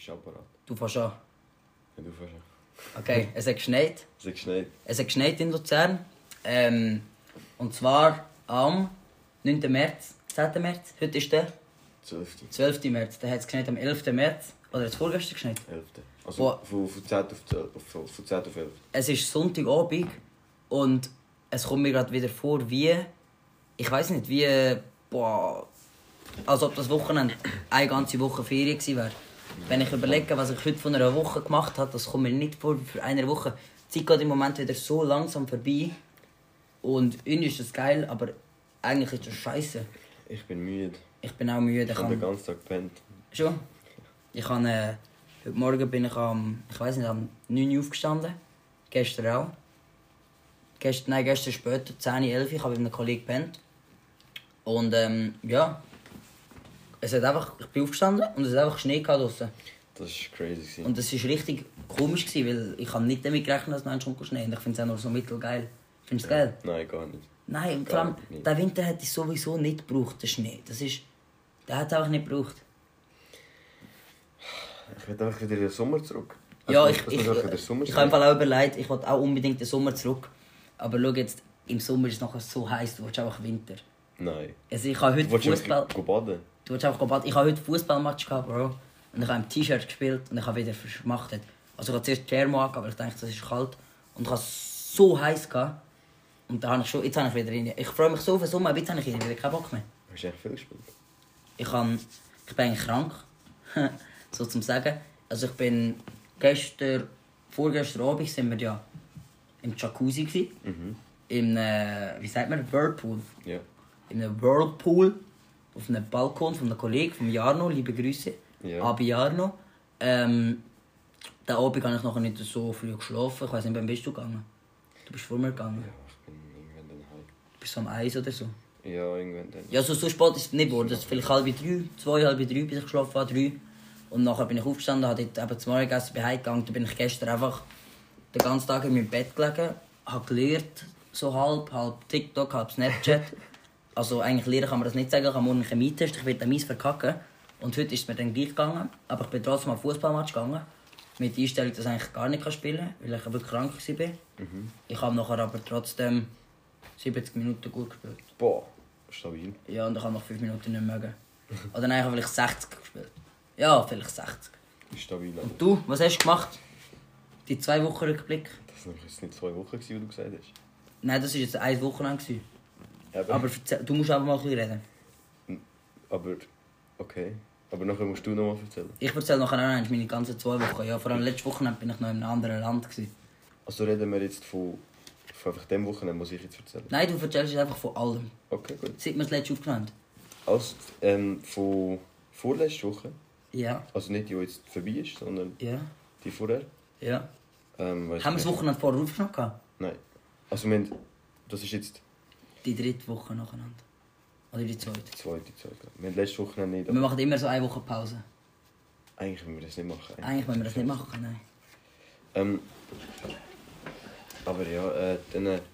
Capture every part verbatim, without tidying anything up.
Bist du apparat? Du fährst an. Ja, du fährst an. Okay, es hat geschneit. Es hat geschneit. Es hat geschneit in Luzern. Ähm, und zwar am neunten März, zehnten März. Heute ist der zwölften zwölften März. Dann hat es geschneit am elften März. Oder hat es vorgestern geschneit? elften Also Wo- von, von zehn auf zwölf. Von, von zehn auf elf. Es ist Sonntagabend und es kommt mir gerade wieder vor wie... Ich weiß nicht, wie... Boah... Als ob das Wochenende eine ganze Woche Ferien gewesen wäre. Wenn ich überlege, was ich heute von einer Woche gemacht habe, das kommt mir nicht vor für eine Woche. Die Zeit geht im Moment wieder so langsam vorbei. Und irgendwie ist das geil, aber eigentlich ist das scheiße. Ich bin müde. Ich bin auch müde. Ich habe den ganzen Tag gepennt. Schon? Ich habe... Äh, heute Morgen bin ich am... Ich weiß nicht, am neun Uhr aufgestanden. Gestern auch. Gestern, nein, gestern später, zehn, elf Uhr. Ich habe mit einem Kollegen gepennt. Und ähm, ja... Es hat einfach, ich bin aufgestanden und es hat einfach Schnee draussen. Das war crazy. Und es war richtig komisch, weil ich habe nicht damit gerechnet, dass es noch Schnee. Und ich finde es auch noch so mittelgeil. Findest du es geil? Nein, gar nicht. Nein, und vor Gar allem, nicht. den Winter hätte ich sowieso nicht gebraucht, den Schnee. Das ist... Den hat es einfach nicht gebraucht. Ich will einfach wieder in den Sommer zurück. Ja, Also, ich, dass ich, wir einfach in den Sommer ich, ich habe sind. einfach auch überlegt, ich wollte auch unbedingt den Sommer zurück. Aber schau jetzt, im Sommer ist es nachher so heiß, du willst einfach Winter. Nein. Also ich habe heute Willst du Fußball... einfach go baden? Du willst einfach baden. Ich habe heute Fußballmatch gehabt, Bro. Und ich habe im T-Shirt gespielt und ich habe wieder verschmachtet. Also ich habe zuerst Thermo angehabt, aber ich dachte, das ist kalt. Und ich habe es so heiß gehabt. Und da habe ich schon... Jetzt habe ich wieder rein. Ich freue mich so auf den Sommer, aber jetzt habe ich wieder keinen Bock mehr. Hast du echt viel gespielt? Ich, habe, ich bin eigentlich krank, so zum Sagen. Also ich bin gestern, vorgestern Abend sind wir ja im Jacuzzi gsi, Mhm. im äh, wie sagt man, Whirlpool, Ja. in einem Whirlpool auf einem Balkon von einem Kollegen, von Jarno, liebe Grüße, Ja. Abi Jarno. Ähm, den Abend habe ich noch nicht so früh geschlafen. Ich weiß nicht, wann bist du gegangen? Du bist vor mir gegangen. Ja, ich bin irgendwann dann heim. Du bist so am Eis oder so. Ja, irgendwann dann. Ja, so, so spät ist es nicht geworden. Es ist vielleicht halb drei, zwei, halb drei, bis ich geschlafen habe, drei. Und nachher bin ich aufgestanden, habe dort eben zum Morgen gegessen, bin heimgegangen. Dann bin ich gestern einfach den ganzen Tag in meinem Bett gelegen, habe gelernt, so halb, halb TikTok, halb Snapchat. Also eigentlich lernen kann man das nicht sagen, ich habe morgen einen Chemietest, ich werde den mies verkacken. Und heute ist es mir dann gleich gegangen, aber ich bin trotzdem am Fußballmatch gegangen. Mit der Einstellung, dass ich eigentlich gar nicht spielen kann, weil ich wirklich krank war. Mhm. Ich habe nachher aber trotzdem siebzig Minuten gut gespielt. Boah, stabil. Ja, und ich habe noch fünf Minuten nicht mögen. Oder nein, ich habe vielleicht sechzig gespielt. Ja, vielleicht sechzig. Stabil. Und du, was hast du gemacht? Die zwei Wochen Rückblick? Das waren jetzt nicht zwei Wochen, wie du gesagt hast. Nein, das war jetzt eine Woche lang. gewesen. Eben. Aber erzähl- du musst aber mal ein bisschen reden. Aber, okay. Aber nachher musst du noch mal erzählen. Ich erzähle nachher auch noch meine ganzen zwei Wochen. Ja, vor allem letzte Woche bin ich noch in einem anderen Land. Gewesen. Also reden wir jetzt von, von einfach dem Wochenende, was ich jetzt erzähle. Nein, du erzählst jetzt einfach von allem. Okay, gut. Seit wir das letzte aufgenommen haben. Also, ähm, von vorletzter Woche, Ja, also nicht die, die jetzt vorbei ist, sondern ja, die vorher. ja. Ähm, weiss Haben wir das nicht. Wochenende vorher aufgenommen? gehabt? Nein. Also wir haben, das ist jetzt Die dritte Woche nacheinander. Oder die zweite. die zweite, die zweite. Wir haben letzte Woche nicht, Wir aber machen immer so eine Woche Pause. eigentlich müssen wir das nicht machen. Eigentlich müssen wir das nicht machen, nein. Ähm, aber ja, äh, dann... Äh,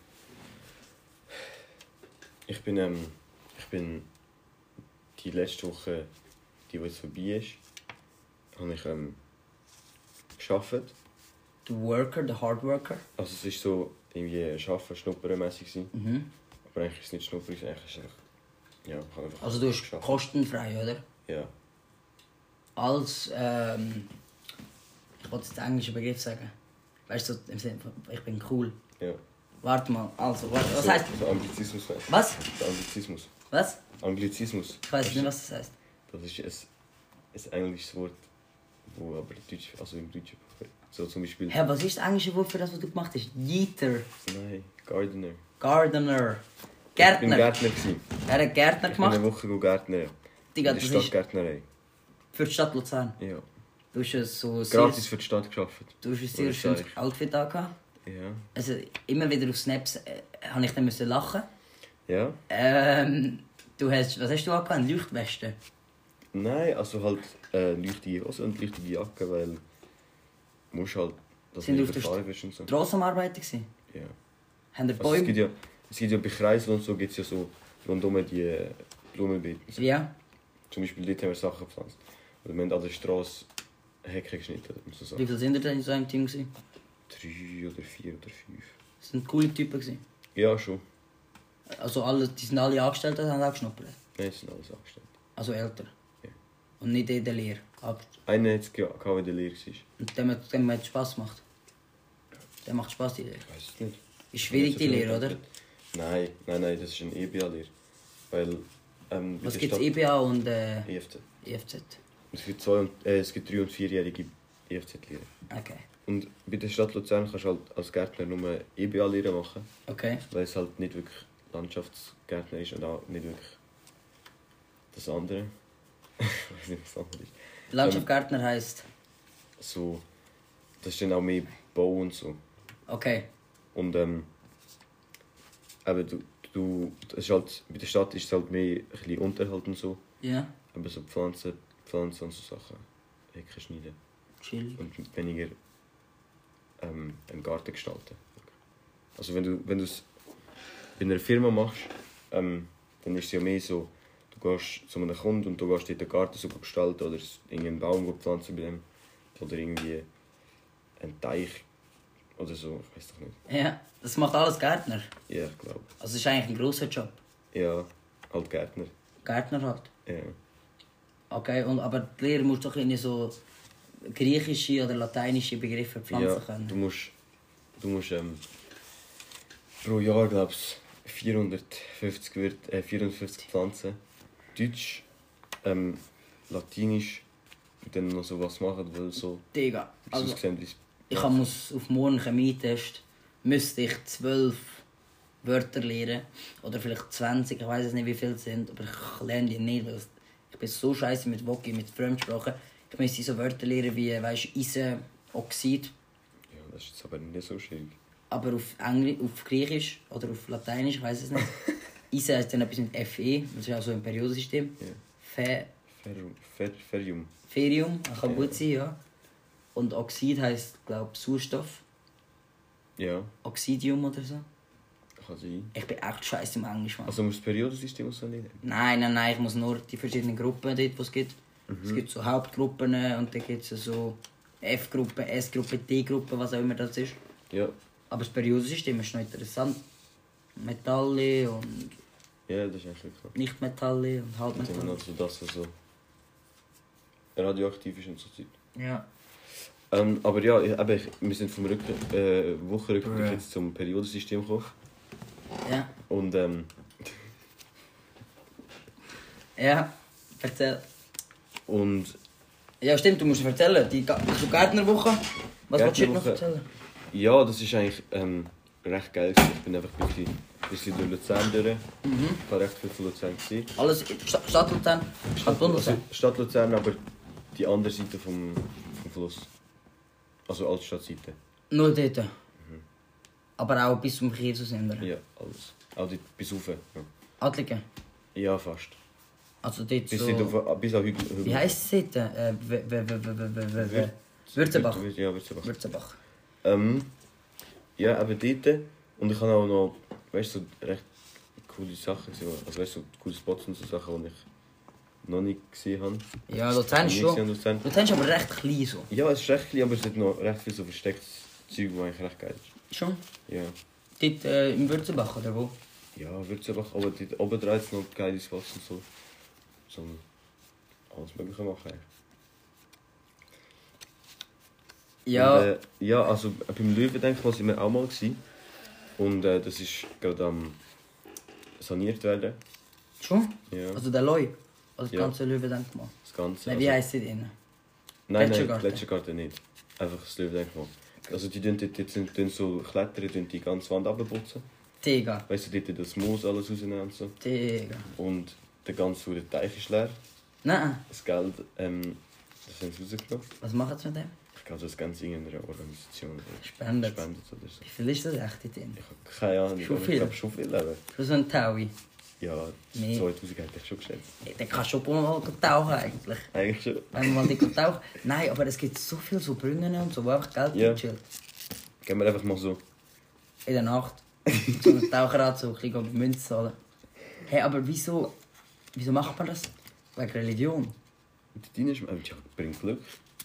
ich bin, ähm, ich bin die letzte Woche, die, die jetzt vorbei ist, habe ich ähm, gearbeitet. Der Worker, der Hard Worker. Also es ist so irgendwie arbeiten, schnuppermässig gewesen. Mhm. Aber eigentlich ist es nicht schnuppern, eigentlich ist es einfach... Ja, ich habe einfach Also du hast gearbeitet. kostenfrei, oder? Ja. Als, ähm... Ich wollte jetzt den englischen Begriff sagen. Weißt du, so im Sinne von, ich bin cool. Ja. Warte mal, also, warte, was so, heißt... So Anglizismus. weißt du? Was? So Anglizismus. Was? Anglizismus. Ich weiß nicht, was das heißt. Das ist ein, ein englisches Wort, wo aber Deutsch, also im Deutschen so zum Beispiel... Hä, was ist das englische Wort für das, was du gemacht hast? Yeater. Nein, Gardener. Gardener. Ich bin Gärtner. Gärtner. gewesen. Er hat Gärtner Ich bin eine gemacht. Woche go Gärtner. Digga, In der das ist Stadtgärtnerei. für die Stadt Luzern. Ja. Du hast ja so... Gratis für die Stadt gearbeitet. Du hast ein sehr Oder schönes sag ich. Outfit angehabt. Ja. Also immer wieder auf Snaps äh, habe ich dann müssen lachen. Ja? Ähm, du hast... Was hast du angehabt? Eine Leuchtweste? Nein, also halt äh, leuchtige Hose und leuchtige Jacke, weil... Du musst halt... Dass Sind du auf der überfahren wirst und so. Strassenarbeiter gewesen? Ja. Haben der Also es gibt Bäume... ja... Es gibt ja bei Kreisel und so gibt's ja so rundum die äh, Blumenbeete. Ja. Zum Beispiel dort haben wir Sachen gepflanzt. Oder wir haben an der Straße Hecke geschnitten oder so Wie Sachen. viele sind ihr denn in so einem Team gewesen? Drei oder vier oder fünf. Das sind coole Typen gewesen. Ja, schon. Also alle, die sind alle angestellt und haben auch geschnuppert. Nein, es sind alles angestellt. Also älter. Ja. Und nicht in der Lehre. Ab- Einer hat es gehabt, der in der Lehre war. Und dem, hat- dem hat es Spass gemacht. Dem macht Spass die Lehre. Ich weiß es nicht. Ist schwierig die Lehre, oder? Nein, nein, nein, das ist ein E B A-Lehre. Weil, ähm, bei Was der gibt es? Stadt- E B A und äh, E F Z. E F Z? Es gibt, zwei und, äh, es gibt drei- und vierjährige E F Z-Lehre. Okay. Und bei der Stadt Luzern kannst du halt als Gärtner nur E B A-Lehre machen, Okay. weil es halt nicht wirklich Landschaftsgärtner ist und auch nicht wirklich das andere. Ich weiß nicht, was das andere ist. Landschaftsgärtner heisst. So, das ist dann auch mehr Bau und so. Okay. Und ähm, eben, du, du, es ist halt, bei der Stadt ist es halt mehr ein bisschen Unterhalt und so. Ja. Aber so Pflanzen, Pflanzen und so Sachen, Hecken schneiden. Chill. Und weniger ähm, einen Garten gestalten. Also wenn du wenn du es bei einer Firma machst, ähm, dann ist es ja mehr so, du gehst zu einem Kunden und du gehst dort den Garten so gestalten oder irgendeinen Baum pflanzen bei dem oder irgendwie einen Teich oder so, ich weiß doch nicht. Ja. Das macht alles Gärtner. Ja, ich glaube. Also es ist eigentlich ein grosser Job. Ja, halt Gärtner. Gärtner halt. Ja. Okay, und, aber die Lehrer muss doch irgendwie so griechische oder lateinische Begriffe pflanzen Ja, können. du musst, du musst ähm, pro Jahr, glaube ich, vierhundertfünfzig, Wörter- äh, vierhundertfünfzig Pflanzen. Deutsch, ähm, Latinisch und dann noch so was machen, weil so Digga, also, also aussehen, wie ich hab muss auf morgen Chemietest müsste ich zwölf Wörter lernen. Oder vielleicht zwanzig, ich weiß es nicht wie viele es sind, aber ich lerne die nicht, weil es- ich bin so scheiße mit Voki, mit Fremdsprachen. Ich müsste so Wörter lernen wie, weißt du, Eisen, Oxid. Ja, das ist jetzt aber nicht so schwierig. Aber auf, Engl auf Griechisch oder auf Lateinisch, ich weiß es nicht. Eisen heißt dann etwas mit Fe, das ist auch so ein Periodensystem. Ja. Fe Ferrum. Fer, Ferium. Ferium, kann Ja. gut sein, ja. Und Oxid heisst, glaube ich, Sauerstoff. Ja, Oxidium oder so. kann sein. Ich bin echt scheiße im Englisch, Mann. Also musst du das Periodensystem auch so lernen? Nein, nein, nein, ich muss nur die verschiedenen Gruppen dort, die es gibt. Es gibt so Hauptgruppen und dann gibt es so F-Gruppen, S-Gruppen, D-Gruppen, was auch immer das ist. Ja. Aber das Periodensystem ist noch interessant. Metalle und Ja, das ist eigentlich wirklich. Nichtmetalle und Und dann Halbmetalle. noch so das, was so radioaktiv ist und so Zeug. Ja. Ähm, aber ja, ich, eben, ich, wir sind vom Rücken, äh, Wochenrückblick Ja. jetzt zum Periodensystem gekommen. Ja. Und ähm, Ja. Erzähl. und Ja, stimmt, du musst erzählen. Die, Ga- die Gärtnerwoche. Was willst du dir noch Gärtnerwoche. erzählen? ja, das ist eigentlich ähm, recht geil gewesen. Ich bin einfach ein bisschen, ein bisschen durch Luzern durch. Mhm. Ich war recht viel von Luzern gesehen. Alles Sta- Stadt Luzern, Stadt Bundesland. Also, Stadt Luzern, aber die andere Seite vom, vom Fluss. Also Altstadtseite. Nur dort. Aber auch bis zum Kieselsender. Ja, alles. Auch dort bis rauf. Ja. Adligen. Ja, fast. Also dort Bis, so... dort auf, bis auf Hügel. Hügel. Wie heisst es dort? Äh, W- W- W- W- W- W- W- Wür- Würzenbach. Wür- Ja, Würzenbach. Würzenbach. Ähm, ja, eben dort. Und ich habe auch noch, weißt du, so recht coole Sachen gesehen. Also weißt du, so coole Spots und so Sachen, die ich noch nicht gesehen habe. Ja, Luzern ist Nie schon... gesehen, Luzern. Luzern ist aber recht klein so. Ja, es ist recht klein, aber es hat noch recht viel so verstecktes Zeug, das eigentlich recht geil ist. Schon? Ja. Dort äh, im Würzenbach oder wo? Ja, Würzenbach, aber dort oben dran jetzt noch geile Spots und so. So alles mögliche machen eigentlich. Ja. Und, äh, ja, also äh, beim Löwen denke ich mal, sind wir auch mal gewesen. Und äh, das ist gerade am saniert werden. Schon? Ja, Also der Leu. Also das Ja. ganze Löwendenkmal. das Ganze. Nein, wie also, heisst sie denn? nein, nein, Gletschergarten? Gletschergarten nicht. Einfach das Löwendenkmal. Also die tun dort, dort sind tun so Kletterer, tun die ganze Wand abputzen. Digga. Weißt du, dort das Moos alles rausnehmen und so. Digga. Und der ganze verdammte Teich ist leer. Nein. Das Geld, ähm, das haben sie rausgenommen. Was machen sie mit dem? Ich glaube, das Ganze irgendeiner Organisation oder Spendet. spendet oder so. Wie viel ist das echt drin? Ich habe keine Ahnung, Schon aber viel? ich glaube schon viel. Aber Für so einen Taui. ja, Nee. zweitausend hätte ich schon geschätzt. Ey, der kann schon mal tauchen eigentlich. Eigentlich schon. Wenn man mal nicht tauchen. Nein, aber es gibt so viele so Brunnen und so, wo einfach Geld Ja. ja. chillt. Gehen wir einfach mal so. In der Nacht. So einen Taucheranzug, ein bisschen Münze zahlen. Hey, aber wieso, wieso macht man das? Wegen Religion? Und die Dienst, äh, ja, bringt Glück.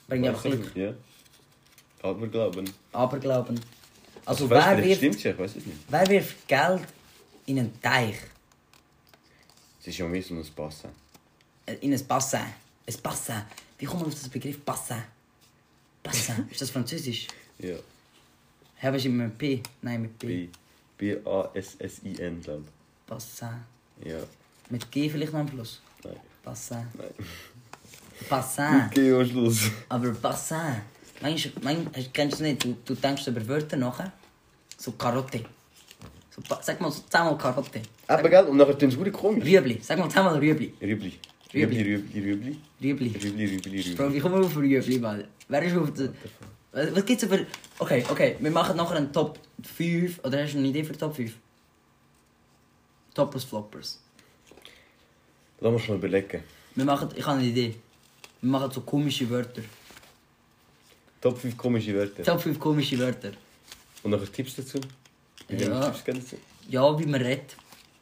Bringt einfach Glück. Ja. Aberglauben. Aberglauben. Also, Also wer, weißt, wirft, stimmt ja, ich weiß es nicht. wer wirft Geld in einen Teich? Es ist ja mehr so ein Bassin. Äh, In ein Bassin. Ein Bassin. Wie kommt man auf das Begriff Bassin? Bassin. Ist das Französisch? Ja. Hä, was ist immer mit P? Nein, mit P. B. B A S S I N, glaube Bassin. ich. Ja. Mit G vielleicht noch am Schluss? Nein. Bassin. Nein. Bassin. Okay, am Schluss. Aber Bassin. Meinst, mein, kennst du es nicht? Du, du denkst über Wörter nachher. So Karotte. So, pa- sag mal so zehnmal Karotte. Aber gell, und nachher tun sie wirklich komisch. Rüebli. Sag mal zehnmal Rüebli. Rüebli. Rüebli. Rüebli, Rüebli, Rüebli. Rüebli. Rüebli, Rüebli, Rüebli. Bro, wie kommen wir auf Rüebli, mal? Wer ist auf der... Was, was gibt's für... Okay, okay. Wir machen nachher einen Top fünf. Oder hast du eine Idee für Top fünf? Toppers, Floppers. Lass uns mal überlegen. Wir machen... Ich habe eine Idee. Wir machen so komische Wörter. Top fünf komische Wörter. Top fünf komische Wörter. Und nachher Tipps dazu? Wie viele Ja. Tipps geben dazu? Ja, wie man redet.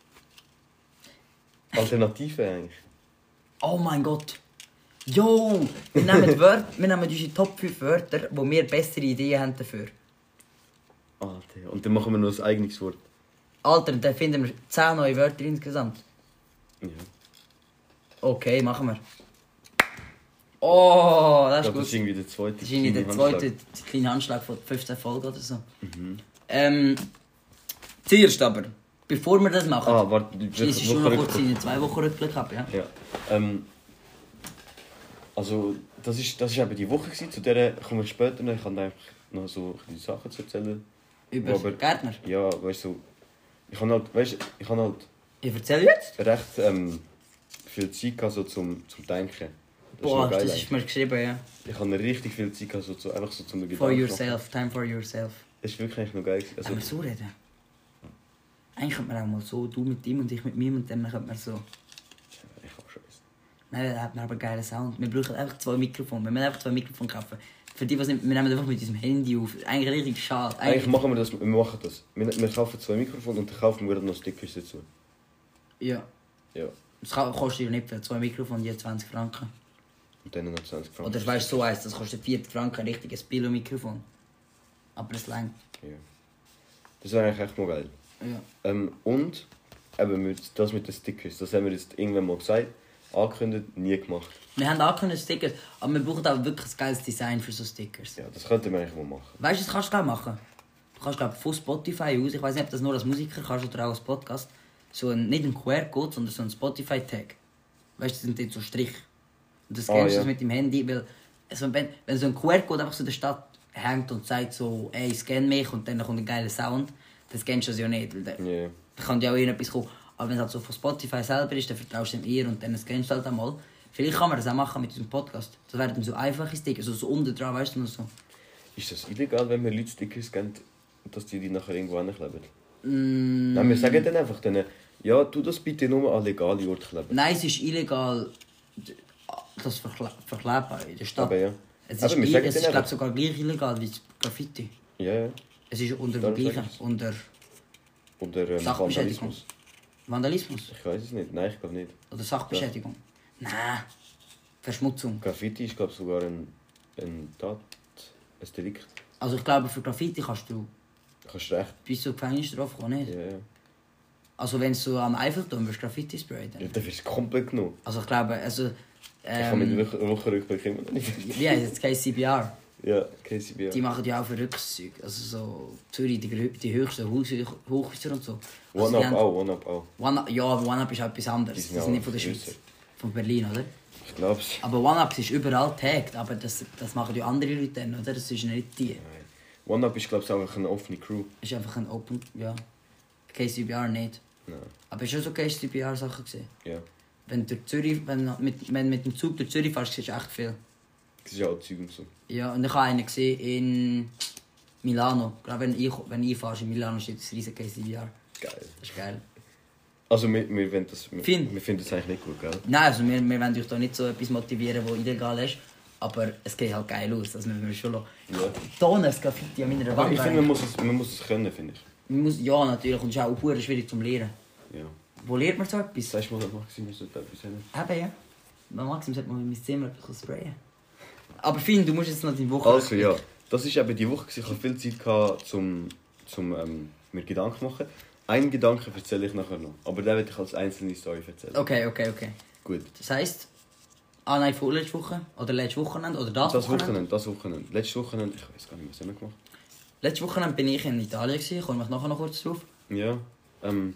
Alternativen eigentlich. Oh mein Gott. Jo! Wir nehmen, Wörter, wir nehmen unsere Top fünf Wörter, wo wir bessere Ideen haben dafür. Alter, und dann machen wir noch ein eigenes Wort. Alter, dann finden wir zehn neue Wörter insgesamt. Ja. Okay, machen wir. Oh, das Ich ist glaube, gut. das ist irgendwie der zweite. Das ist irgendwie der kleine zweite kleine Handschlag von fünfzehn Folgen oder so. Mhm. Ähm, zuerst aber, bevor wir das machen, Ah, warte, du schließe ich schon noch kurz in zwei Wochen Rückblick ab, ja? Ja. Ähm, also, das ist, das ist eben die Woche gewesen, zu der komme ich später noch. Ich kann einfach noch so die Sachen zu erzählen. Über Aber- Gärtner. Ja, weißt du, ich habe halt, weißt, ich habe halt Ich erzähle jetzt. recht ähm, viel Zeit gehabt, so zum, zum Denken. Das Boah, ist noch geil das eigentlich. ist mir geschrieben, ja. Ich habe richtig viel Zeit gehabt, so, zu, einfach so zum Gedanken For machen. yourself, time for yourself. Das ist wirklich eigentlich noch geil gewesen. Wenn Also, wir so reden. Eigentlich könnte man auch mal so, du mit ihm und ich mit mir und dann könnte man so. ich habe schon Scheiße. Nein, dann hat man aber einen geilen Sound. Wir brauchen einfach zwei Mikrofone. Wir müssen einfach zwei Mikrofone kaufen. Für die, was nicht, wir nehmen einfach mit unserem Handy auf. Eigentlich richtig schade. Eigentlich machen wir das, wir machen das. Wir, wir kaufen zwei Mikrofone und dann kaufen wir noch Stickers dazu. Ja. Ja. Das kann- kostet ja nicht viel. Zwei Mikrofone, je zwanzig Franken. Und dann noch zwanzig Franken. Oder weißt du, so eins, das kostet vierzig Franken, ein richtiges Billo-Mikrofon. Aber es längt. Ja. Das wäre eigentlich echt mal geil. Ja. Ähm, und eben mit, das mit den Stickers, das haben wir jetzt irgendwann mal gesagt, angekündigt, nie gemacht. Wir haben angekündigt Stickers, aber wir brauchen auch wirklich ein geiles Design für so Stickers. Ja, das könnten wir eigentlich mal machen. Weißt du, das kannst du auch machen. Du kannst glaub, von Spotify aus, ich weiß nicht, ob das nur als Musiker kannst oder auch als Podcast, so ein, nicht ein Q R-Code, sondern so ein Spotify-Tag. Weißt du, das sind dort so Striche. Und das Ah, scannst du ja. mit dem Handy, weil also wenn, wenn so ein Q R-Code einfach so in der Stadt hängt und sagt so, ey, scan mich und dann kommt ein geiler Sound, dann scannst du das ja nicht, weil dann, Ja. dann kann ja auch irgendetwas kommen. Aber wenn es halt so von Spotify selber ist, dann vertraust du dem eher und dann scannst du halt einmal. Vielleicht kann man das auch machen mit unserem Podcast. Das wären dann so einfache Sticker, so, so unten dran, weißt du, noch so. Ist das illegal, wenn wir Leute Stickers geben, dass die die nachher irgendwo hinkleben? Mm, Nein, wir sagen dann einfach denen, ja, tu das bitte nur an legale Orte kleben. Nein, es ist illegal, das Verkle Verkleben in der Stadt. Aber ja. Es ist, Aber wir i- sagen es ist dann glaub, einfach. sogar gleich illegal wie das Graffiti. Ja, ja. Es ist unter dem Darum sag gleichen, ich's. unter Oder ähm, Sachbeschädigung. Vandalismus. Vandalismus Ich weiß es nicht. Nein, ich glaube nicht. oder Sachbeschädigung. Nein, Verschmutzung. Graffiti ist, glaube ich, sogar ein, ein Tat, ein Delikt. Also ich glaube, für Graffiti kannst du Kannst du recht. bis zur Gefängnisstrafe kommen, nicht? Ja, ja. Also wenn du am Eiffelturm wirst Graffiti sprayen. Ja, dann wirst du komplett genommen. Also ich glaube, also... Ich kann mit Ähm, dem Wochenrückblick immer noch nicht. wie heißt es? K C B R. Ja, K C B. Die machen ja auch Verrücktes. Also so Zürich, die, grö- die höchsten Hochhäuser Hochhäuser und so. Also One die Up haben- auch, One Up auch. One Up, ja, aber One Up ist halt etwas anderes. Die Die sind sind, auch nicht von der grösser. Schweiz. Von Berlin, oder? Ich glaube es. Aber One Up ist überall tagged, aber das, das machen ja andere Leute dann, oder? Das ist nicht die. One Up ist, glaube ich, auch eine offene Crew. Ist einfach ein Open, ja. K C B R nicht. Nein. Aber ist schon so K C B R Sachen gesehen. Ja. Wenn du durch Zürich, wenn du mit, wenn du mit dem Zug durch Zürich fährst, siehst du echt viel. Das ist ja auch Zeug und so. Ja, und ich habe einen gesehen in Milano. Gerade wenn ich, wenn ich fahre in Milano, steht das riesige K C B R. Geil. Das ist geil. Also wir, wir, wollen das, wir, Finn. wir finden das eigentlich nicht gut, gell? Nein, also wir, wir wollen euch da nicht so etwas motivieren, das illegal ist. Aber es geht halt geil aus, das müssen wir schon lassen. Ja. Tonen, das Graffiti an meiner Aber Wand. ich finde, man muss es, man muss es können, finde ich. Man muss, ja, natürlich, und es ist auch verdammt schwierig zum Lernen. Ja. Wo lernt man so etwas? Sagst du mal, Maxim, muss etwas haben? Eben, ja. Bei Maxim sollte man in mein Zimmer etwas sprayen. Aber Finn, du musst jetzt noch die Woche... Also ja, das ist eben die Woche. Ich hatte viel Zeit, gehabt, zum, zum ähm, mir Gedanken zu machen. Einen Gedanken erzähle ich nachher noch. Aber den werde ich als einzelne Story erzählen. Okay, okay, okay. Gut. Das heisst... Ah nein, vorletzte Woche? Oder letzte Wochenende? Oder das, das Wochenende? Wochenende? Das Wochenende. Letztes Wochenende, ich weiß gar nicht, was haben wir gemacht. Letzte Wochenende bin ich in Italien, gewesen. Komme ich nachher noch kurz drauf. Ja, ähm...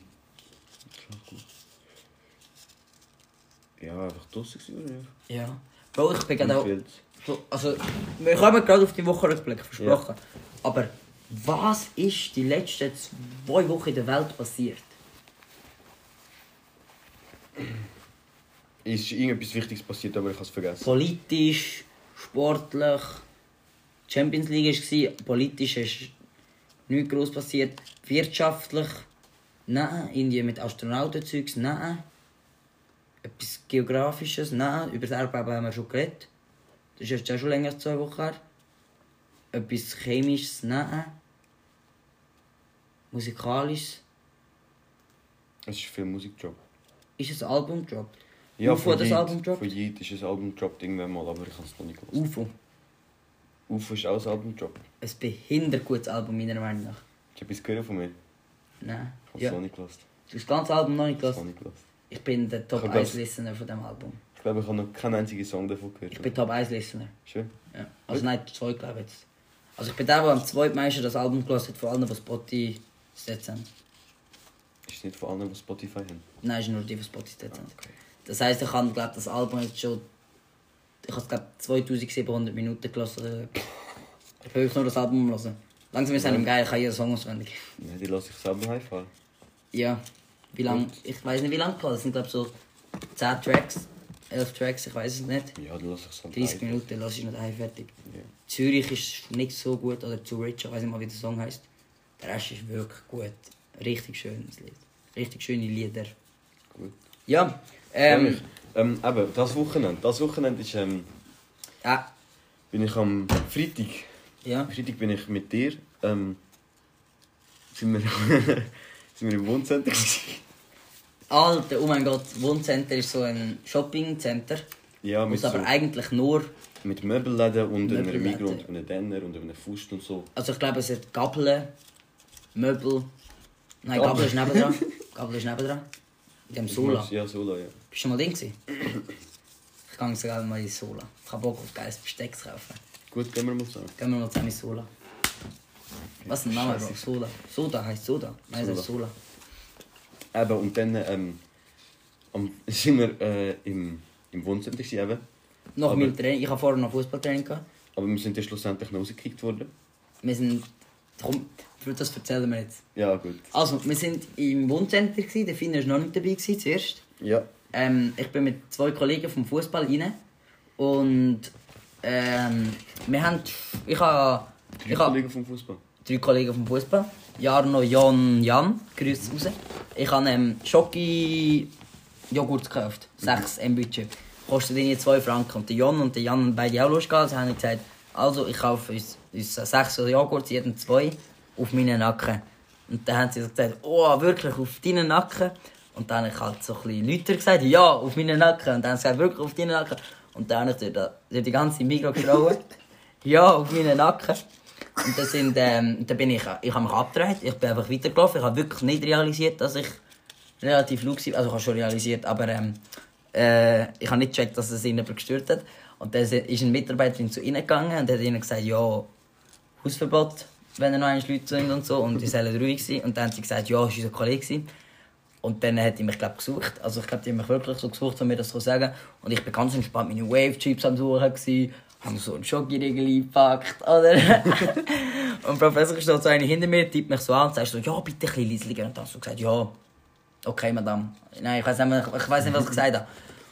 Ja, einfach draussen gewesen, oder? Ja. Bro, ich bin gerade auch... Viel. Also, wir kommen gerade auf die Woche Rückblick, versprochen. Ja. Aber was ist die letzten zwei Wochen in der Welt passiert? Ist irgendetwas Wichtiges passiert, aber ich habe es vergessen. Politisch, sportlich, die Champions League war, politisch ist nichts groß passiert. Wirtschaftlich, nein. Indien mit Astronautenzeugs, nein. Etwas Geografisches, nein. Über das Erdbeben haben wir schon geredet. Das ist jetzt auch schon länger als zwei Wochen her. Etwas Chemisches, nein. Musikalisches. Es ist viel Musikjob. Ist es ein Album gedroppt? Ja, U F O hat das Yeet, Album gedroppt? Von Yeet ist ein Album gedroppt irgendwann mal, aber ich habe es noch nicht gehört. U F O. U F O ist auch ein Album gedroppt. Ein behindert gutes Album, meiner Meinung nach. Hast du etwas gehört von mir? Nein. Ich habe es Ja. noch nicht gehört. Du hast das ganze Album noch nicht Ich habe es noch gehört? nicht gehört. Ich bin der Top Ich hab eins das- Listener von diesem Album. Ich glaube, ich habe noch keinen einzigen Song davon gehört. Ich bin Top eins Listener. Schön. Ja. Also nein, zwei glaube ich jetzt. Also ich bin der, der am zweitmeisten das Album gehört hat, von allen, die Spotify gesetzt haben. Ist nicht von allen, die Spotify haben. Nein, ist nur die, die Spotify gesetzt haben. Okay. Das heisst, ich habe glaub, das Album jetzt schon... Ich habe es glaube zweitausendsiebenhundert Minuten gehört. Ich will nur das Album hören. Langsam ist es einem geil, ich habe jeden Song auswendig. Nein, die lasse ich selber heimfahren. Ja. Wie lang? Und? Ich weiß nicht wie lange das sind glaube so zehn Tracks, elf Tracks, ich weiß es nicht. Ja, dann lasse ich es halt dreißig heim. Minuten lasse ich nicht heim fertig. Ja. Zürich ist nicht so gut oder zu rich, ich weiß nicht mal wie der Song heißt. Der Rest ist wirklich gut. Richtig schönes Lied. Richtig schöne Lieder. Gut. Ja. Ähm, Ähm, ähm, eben, das Wochenende. Das Wochenende ist, ähm, ja. bin ich am Freitag. Ja. Am Freitag bin ich mit dir. Ähm, sind, wir, sind wir im Wohncenter gewesen. Alter, oh mein Gott, Wohncenter ist so ein Shoppingcenter. Ja, Wo mit, es aber so, eigentlich nur... mit Möbelläden und einer Möbelläden. Migros und einem Denner und einem Fust und so. Also ich glaube es hat Gabeln, Möbel... Nein, Gabel. Gabel ist nebendran. Gabel ist nebendran. In dem Sola. Ja, Sola, ja. Bist du schon mal drin gewesen? Ich gehe sogar mal in Sola. Ich habe Bock auf geiles Besteck zu kaufen. Gut, gehen wir mal zusammen. Gehen wir mal zusammen in Sola. Was ist ein Name, Bro? Sola. Soda heisst Soda. Nein, es heißt Sola. Eben, und dann ähm, am, sind wir äh, im, im Wohncenter gewesen, eben. Nach Aber- meinem Training. Ich habe vorher noch Fußballtraining gehabt. Aber wir sind dann schlussendlich noch rausgekickt worden. Wir sind... Komm, das erzählen wir jetzt. Ja, gut. Also, wir sind im Wohncenter gewesen. Der Finn war noch nicht dabei gewesen, zuerst. Ja. Ähm, ich bin mit zwei Kollegen vom Fußball rein. Und... Ähm, wir haben... Ich habe... Drei Ich habe... Kollegen vom Fußball. Drei Kollegen vom Fußball. Jarno, Jan, Jan. Grüße raus. Ich habe ähm, Schoki-Joghurt gekauft. sechs im Budget. Kostet irgendwie zwei Franken. Und der Jan und der Jan haben beide auch Lust gehabt. Sie haben gesagt, also ich kaufe uns, uns sechs Joghurt, jeden zwei, auf meinen Nacken. Und dann haben sie so gesagt, oh, wirklich, auf deinen Nacken? Und dann habe ich halt so ein bisschen lauter gesagt, ja, auf meinen Nacken. Und dann haben sie gesagt, wirklich auf deinen Nacken? Und dann habe ich durch die, die ganze Mikro geschrauen. Ja, auf meinen Nacken. Und dann, sind, ähm, dann bin ich, ich habe mich abgedreht, ich bin einfach weitergelaufen. Ich habe wirklich nicht realisiert, dass ich relativ laut war. Also ich habe schon realisiert, aber ähm, äh, ich habe nicht gecheckt, dass es ihn jemand gestört hat. Und dann ist eine Mitarbeiterin zu ihnen gegangen und hat ihnen gesagt, ja, Hausverbot, wenn er noch einmal Leute sind und so. Und die sollen ruhig sein. Und dann haben sie gesagt, ja, das war unser Kollege. Und dann hat er mich glaub, gesucht. Also ich glaube, die haben mich wirklich so gesucht, um mir das zu sagen. Und ich war ganz entspannt meine Wave-Chips am Suchen. Gewesen. Haben so einen Schokoriegel eingepackt, oder? Und Professor steht so eine hinter mir, tippt mich so an und sagt so, ja, bitte ein bisschen leislicher. Und dann habe ich so gesagt, ja, okay, Madame. Nein, ich weiß nicht, ich weiss nicht, was ich gesagt habe.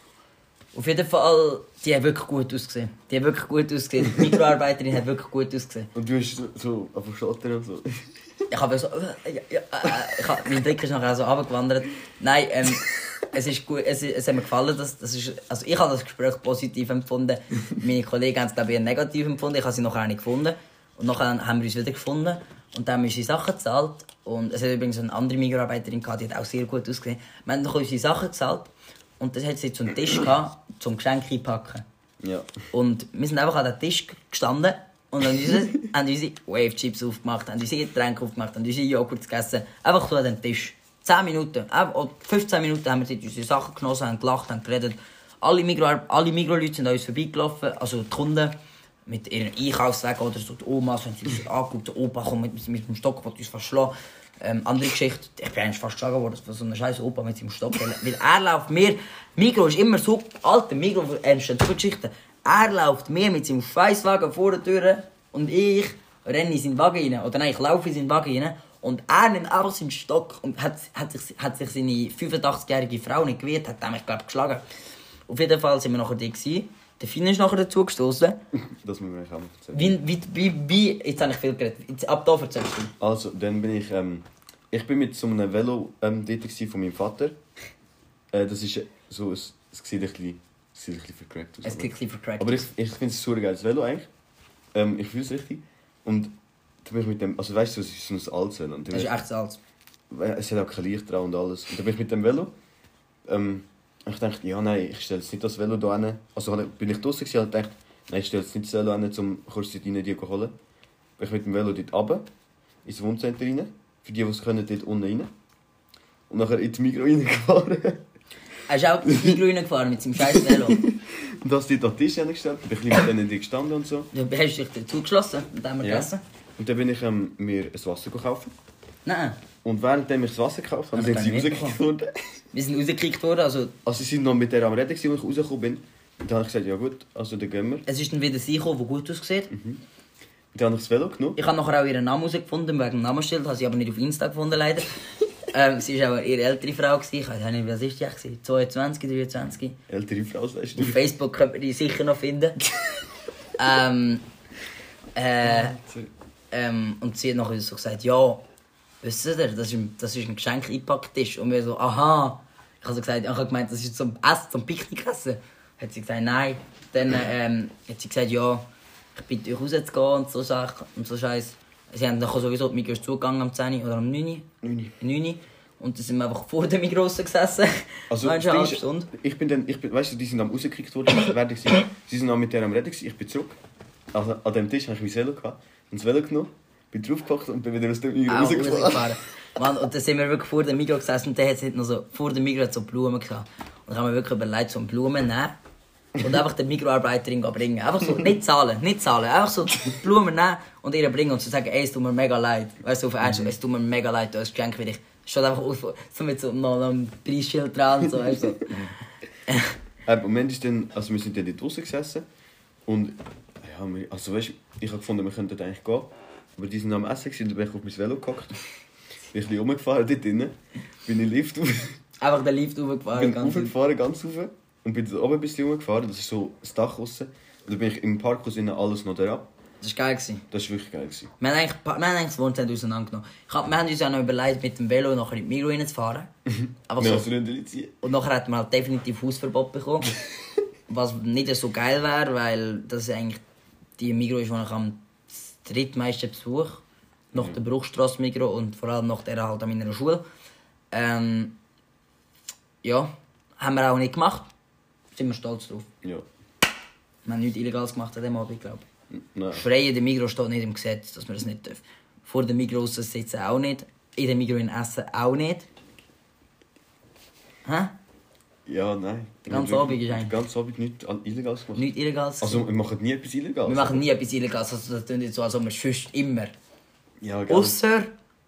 Auf jeden Fall, die haben wirklich gut ausgesehen. Die haben wirklich gut ausgesehen. Die Mikroarbeiterin hat wirklich gut ausgesehen. Und du hast so, so auf dem Schotter und so. Ich habe so, äh, ja, ja, äh, ich hab, mein Blick ist nachher so runtergewandert. Nein, ähm, es ist gut, es, es hat mir gefallen, dass, das ist, also ich habe das Gespräch positiv empfunden. Meine Kollegen haben es glaube ich eher negativ empfunden. Ich habe sie nachher auch nicht gefunden. Und nachher haben wir uns wieder gefunden und dann haben wir unsere Sachen gezahlt. Und es hat übrigens eine andere Mitarbeiterin gehabt, die hat auch sehr gut ausgesehen. Wir haben noch unsere Sachen gezahlt und dann hat sie zum Tisch gehabt, zum Geschenk einpacken. Ja. Und wir sind einfach an den Tisch gestanden und haben unsere, haben unsere Wave-Chips aufgemacht, haben unsere Getränke aufgemacht, haben unsere Joghurt gegessen. Einfach so an den Tisch. zehn Minuten, oder fünfzehn Minuten haben wir dort unsere Sachen genossen, haben gelacht, haben geredet. Alle Migros, alle Migros-Leute sind an uns vorbeigelaufen, also die Kunden mit ihren Einkaufswagen oder so, die Omas haben uns angeguckt, der Opa kommt mit, mit dem Stock, will uns fast schlagen. Ähm, andere Geschichte, ich bin eigentlich fast geschlagen worden von so einem scheiß Opa mit seinem Stock. Weil er läuft mir, Migros ist immer so, alter Migros, ernst, so Geschichten. Er läuft mir mit seinem Scheißwagen vor der Tür und ich renne in seinen Wagen rein, oder nein, ich laufe in seinen Wagen rein. Und er nimmt einfach seinen Stock und hat, hat, sich, hat sich seine fünfundachtzig-jährige Frau nicht gewehrt, hat mich, glaube ich, geschlagen. Auf jeden Fall waren wir nachher da gewesen. Der Finn ist nachher dazu gestoßen. Das müssen wir euch auch erzählen. Wie, wie, wie, wie, jetzt habe ich viel geredet. Jetzt, ab da erzählst du. Also, dann bin ich, ähm, ich bin mit so einem Velo ähm, dort von meinem Vater. Äh, das ist so, es, es sieht ein bisschen, es sieht ein bisschen vercrackt aus. Es sieht ein bisschen vercrackt aber ich, ich finde es ein super geiles Velo eigentlich. Ähm, ich fühle es richtig. Und da bin ich mit dem, also weißt du, es ist so ein altes Velo. Das ist echt alt. Es hat auch kein Licht dran und alles. Und dann bin ich mit dem Velo. Ähm, ich dachte, ja nein, ich stelle jetzt nicht das Velo hier hin. Also bin ich draußen gewesen und dachte, nein, ich stelle jetzt nicht das Velo hin, um kurz die rein die holen. Bin ich mit dem Velo dort runter, ins Wohncenter rein. Für die, die es können, dort unten rein. Und nachher in die Migros reingefahren. Er ist auch in die Migros reingefahren mit seinem scheiß Velo. Und hast dort an den Tisch hingestellt, bin ich mit denen gestanden und so. Du hast dich dazu geschlossen und haben wir Ja. gegessen. Und dann bin ich ähm, mir ein Wasser gekauft. Nein, Und während ich das Wasser gekauft habe, Das sind kann sie ich rausgekickt worden. wir sind rausgekickt worden. Also, Also sie sind noch mit der am Reden, als ich rausgekommen bin. Und dann habe ich gesagt, ja gut, also dann gehen wir. es ist dann wieder sie gekommen, die gut aussieht. Und dann habe ich das Velo genommen. Ich habe nachher auch ihren Namen herausgefunden, wegen dem Namensschild, habe sie aber nicht auf Insta gefunden, leider. ähm, sie war auch eine eher ältere Frau. Gewesen. Ich weiß nicht, was ist die eigentlich? zweiundzwanzig, dreiundzwanzig. Ältere Frau, weißt du. Auf Facebook könnte man die sicher noch finden. ähm, äh, ähm, und sie hat nachher so gesagt, ja, wisst ihr, das ist ein, das ist ein Geschenk eingepackt ist. Und wir so, aha. Ich habe so gesagt, ich habe gemeint, das ist zum Essen, zum Picknickessen. Hat sie gesagt, nein. Dann ähm, hat sie gesagt, ja, ich bitte euch rauszugehen und so Sachen und so Scheiß. Sie haben dann sowieso die Migros zugegangen am zehn oder am neun. neun. neun. Und dann sind wir einfach vor der Migros gesessen. Also, eine das halbe Ding ist, Stunde. ich bin dann, ich bin, weißt du, die sind am rausgekriegt worden, fertig gewesen. Sie sind dann mit der am Reden gewesen, ich bin zurück. Also, an dem Tisch hatte ich mein Velo gehabt, und das Velo genommen, bin draufgepackt und bin wieder aus dem Migros Auch rausgefahren. rausgefahren. Mann, und dann sind wir wirklich vor der Migros gesessen und dann hat es noch so, vor der Migros so Blumen gehabt. Und dann haben wir wirklich überlegt, so Blumen nehmen und einfach der Migros-Arbeiterin bringen. Einfach so, nicht zahlen, nicht zahlen. Einfach so Blumen nehmen und ihr bringen und so sagen, ey, es tut mir mega leid. Weißt du, auf Ernst, es tut mir mega leid, du hast ein Geschenk für dich. Steht einfach auf, so mit so noch einem Preisschild dran und so, weißt du. Äh, Moment ist dann, also wir sind dann dort draussen gesessen und ja, wir, also weißt, ich habe gefunden, wir könnten eigentlich gehen, aber die sind am Essen gewesen, und dann bin ich auf mein Velo gehockt, bin ein bisschen rumgefahren dort drinnen, bin in den Lift auf, Einfach den Lift hochgefahren. bin ganz hochgefahren, ganz hoch und bin da oben ein bisschen rumgefahren, das ist so das Dach draussen und dann bin ich im Parkhaus innen alles noch da. Das war geil. Gewesen. Das war wirklich geil gewesen. Wir haben eigentlich, wir haben eigentlich das Wohnzimmer auseinandergenommen. Ich hab, wir haben uns ja noch überlegt, mit dem Velo nachher in die Migros reinzufahren. Aber Ja, so, so nicht ziehen. und nachher hat man halt definitiv Hausverbot bekommen. Was nicht so geil wäre, weil das eigentlich die Migros ist, die ich am drittmeisten besuche. Nach der Bruchstrasse Migros und vor allem nach der halt an meiner Schule. Ähm, ja, haben wir auch nicht gemacht. Sind wir stolz drauf. Ja. Wir haben nichts Illegales gemacht an dem Abend, glaube ich. Nein. Schreien, der Migros steht nicht im Gesetz, dass wir das nicht dürfen. Vor dem Migros sitzen auch nicht. In der Migros essen auch nicht. Hä? Ja, nein. Den ganzen Wir- Abend ist eigentlich- Den ganzen Abend nichts an- Illegales gemacht. Nichts Illegales. Also wir machen nie etwas Illegales. wir machen nie etwas Illegales. Also das klingt nicht so, als ob wir es sonst immer. Ja, gell. Ausser...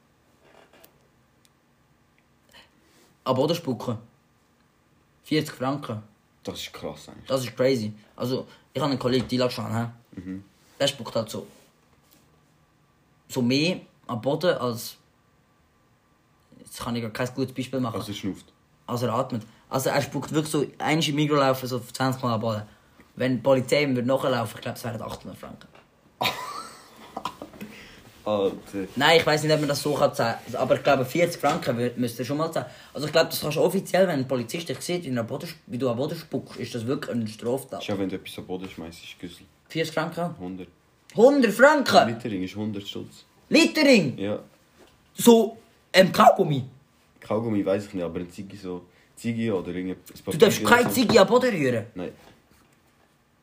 Am Boden spucken. vierzig Franken. Das ist krass eigentlich. Das ist crazy. Also, ich habe einen Kollegen, Dila schon, hä? Mhm. Der spuckt halt so... So mehr am Boden als... Jetzt kann ich gar kein gutes Beispiel machen. Also er schnauft. Als er atmet. Also er spuckt wirklich so... Einmal im Migros laufen, so zwanzig Mal am Boden. Wenn die Polizei ihm würde nachlaufen, ich glaube, es wären achthundert Franken. Alter. Nein, ich weiß nicht, ob man das so kann zahlen kann. Aber ich glaube, vierzig Franken wür- müsst ihr schon mal zahlen. Also ich glaube, das kannst du offiziell, wenn ein Polizist dich sieht, wie, du am Boden, wie du am Boden spuckst, ist das wirklich eine Straftat. Schau, wenn du etwas am Boden schmeißt, ist Güssel. vierzig Franken? hundert. hundert Franken? Litering ist hundert Stutz. Litering? Ja. So ein Kaugummi. Kaugummi weiss ich nicht, aber ein Ziggy so... Ziggy oder irgendein Du darfst keine Ziege am Boden rühren. Nein.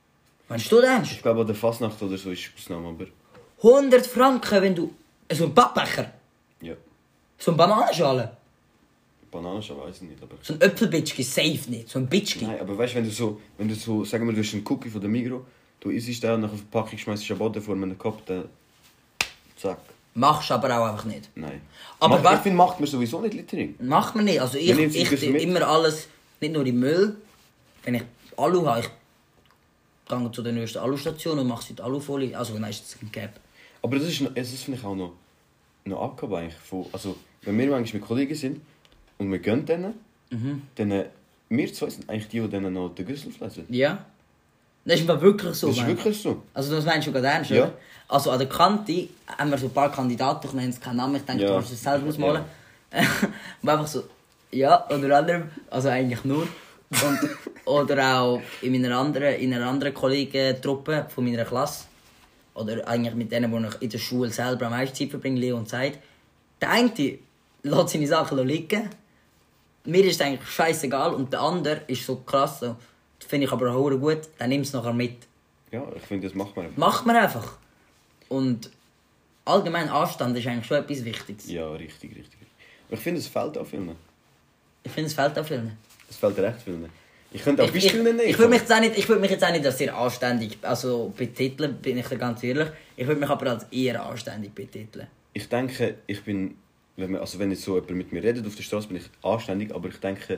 Meinst du das? Ich glaube, an der Fasnacht oder so ist Ausnahme, aber... hundert Franken, wenn du... So ein Pappbecher? Ja. So eine Bananenschale? Bananenschale weiß ich nicht, aber... So ein Äpfelbitschki, safe nicht. So ein Bitschki. Nein, aber weißt du, wenn du so... Wenn du so... Sagen wir, du hast einen Cookie von der Migros, du isst den und nach der Verpackung schmeißt du den Boden vor einem Kopf, dann... Zack. Machst du aber auch einfach nicht. Nein. Aber macht, ich finde, macht man sowieso nicht Littering. Macht man nicht. Also ich, Man nimmt ich, sich ich mit. immer alles, nicht nur im Müll. Wenn ich Alu habe, ich gehe zu der nächsten Alustation und mache sie in die Alufolie. Also nein, ist das ein Cap. Aber das ist, noch- das finde ich auch noch, noch Abgabe eigentlich von... Also, wenn wir manchmal mit Kollegen sind und wir gehen denen, Mhm. dann... äh, Wir zwei sind eigentlich die, die denen noch den Güssel fressen. Ja. Das ist einfach wirklich so. Das ist Mann. wirklich so. Also das meinst du gerade ernst, Ja. oder? Also an der Kante haben wir so ein paar Kandidaten, ich nenne es keinen Namen, ich denke, Ja. du kannst es selber ausmalen. Und einfach so, ja, unter anderem, also eigentlich nur. Und, oder auch in meiner anderen, in einer anderen Kollegentruppe von meiner Klasse. Oder eigentlich mit denen, die ich in der Schule selber am meisten Zeit verbringe, Leo und Zeit. Der eine lässt seine Sachen liegen. Mir ist es eigentlich scheißegal und der andere ist so krass. So. Das finde ich aber auch gut, dann nimm es nachher mit. Ja, ich finde, das macht man einfach. Macht man einfach. Und allgemein Anstand ist eigentlich schon etwas Wichtiges. Ja, richtig, richtig. richtig. Ich finde, es fehlt auch vielen. Ich finde, es fehlt auch vielen. Es fehlt recht vielen. Ich könnte auch Ich, Beispiele ich, nennen. ich würde mich, jetzt auch nicht- ich würd mich jetzt auch nicht als sehr anständig also betiteln, bin ich dir ganz ehrlich. Ich würde mich aber als eher anständig betiteln. Ich denke, ich bin... Wenn, man, also wenn jetzt so jemand mit mir redet auf der Straße, bin ich anständig, aber ich denke...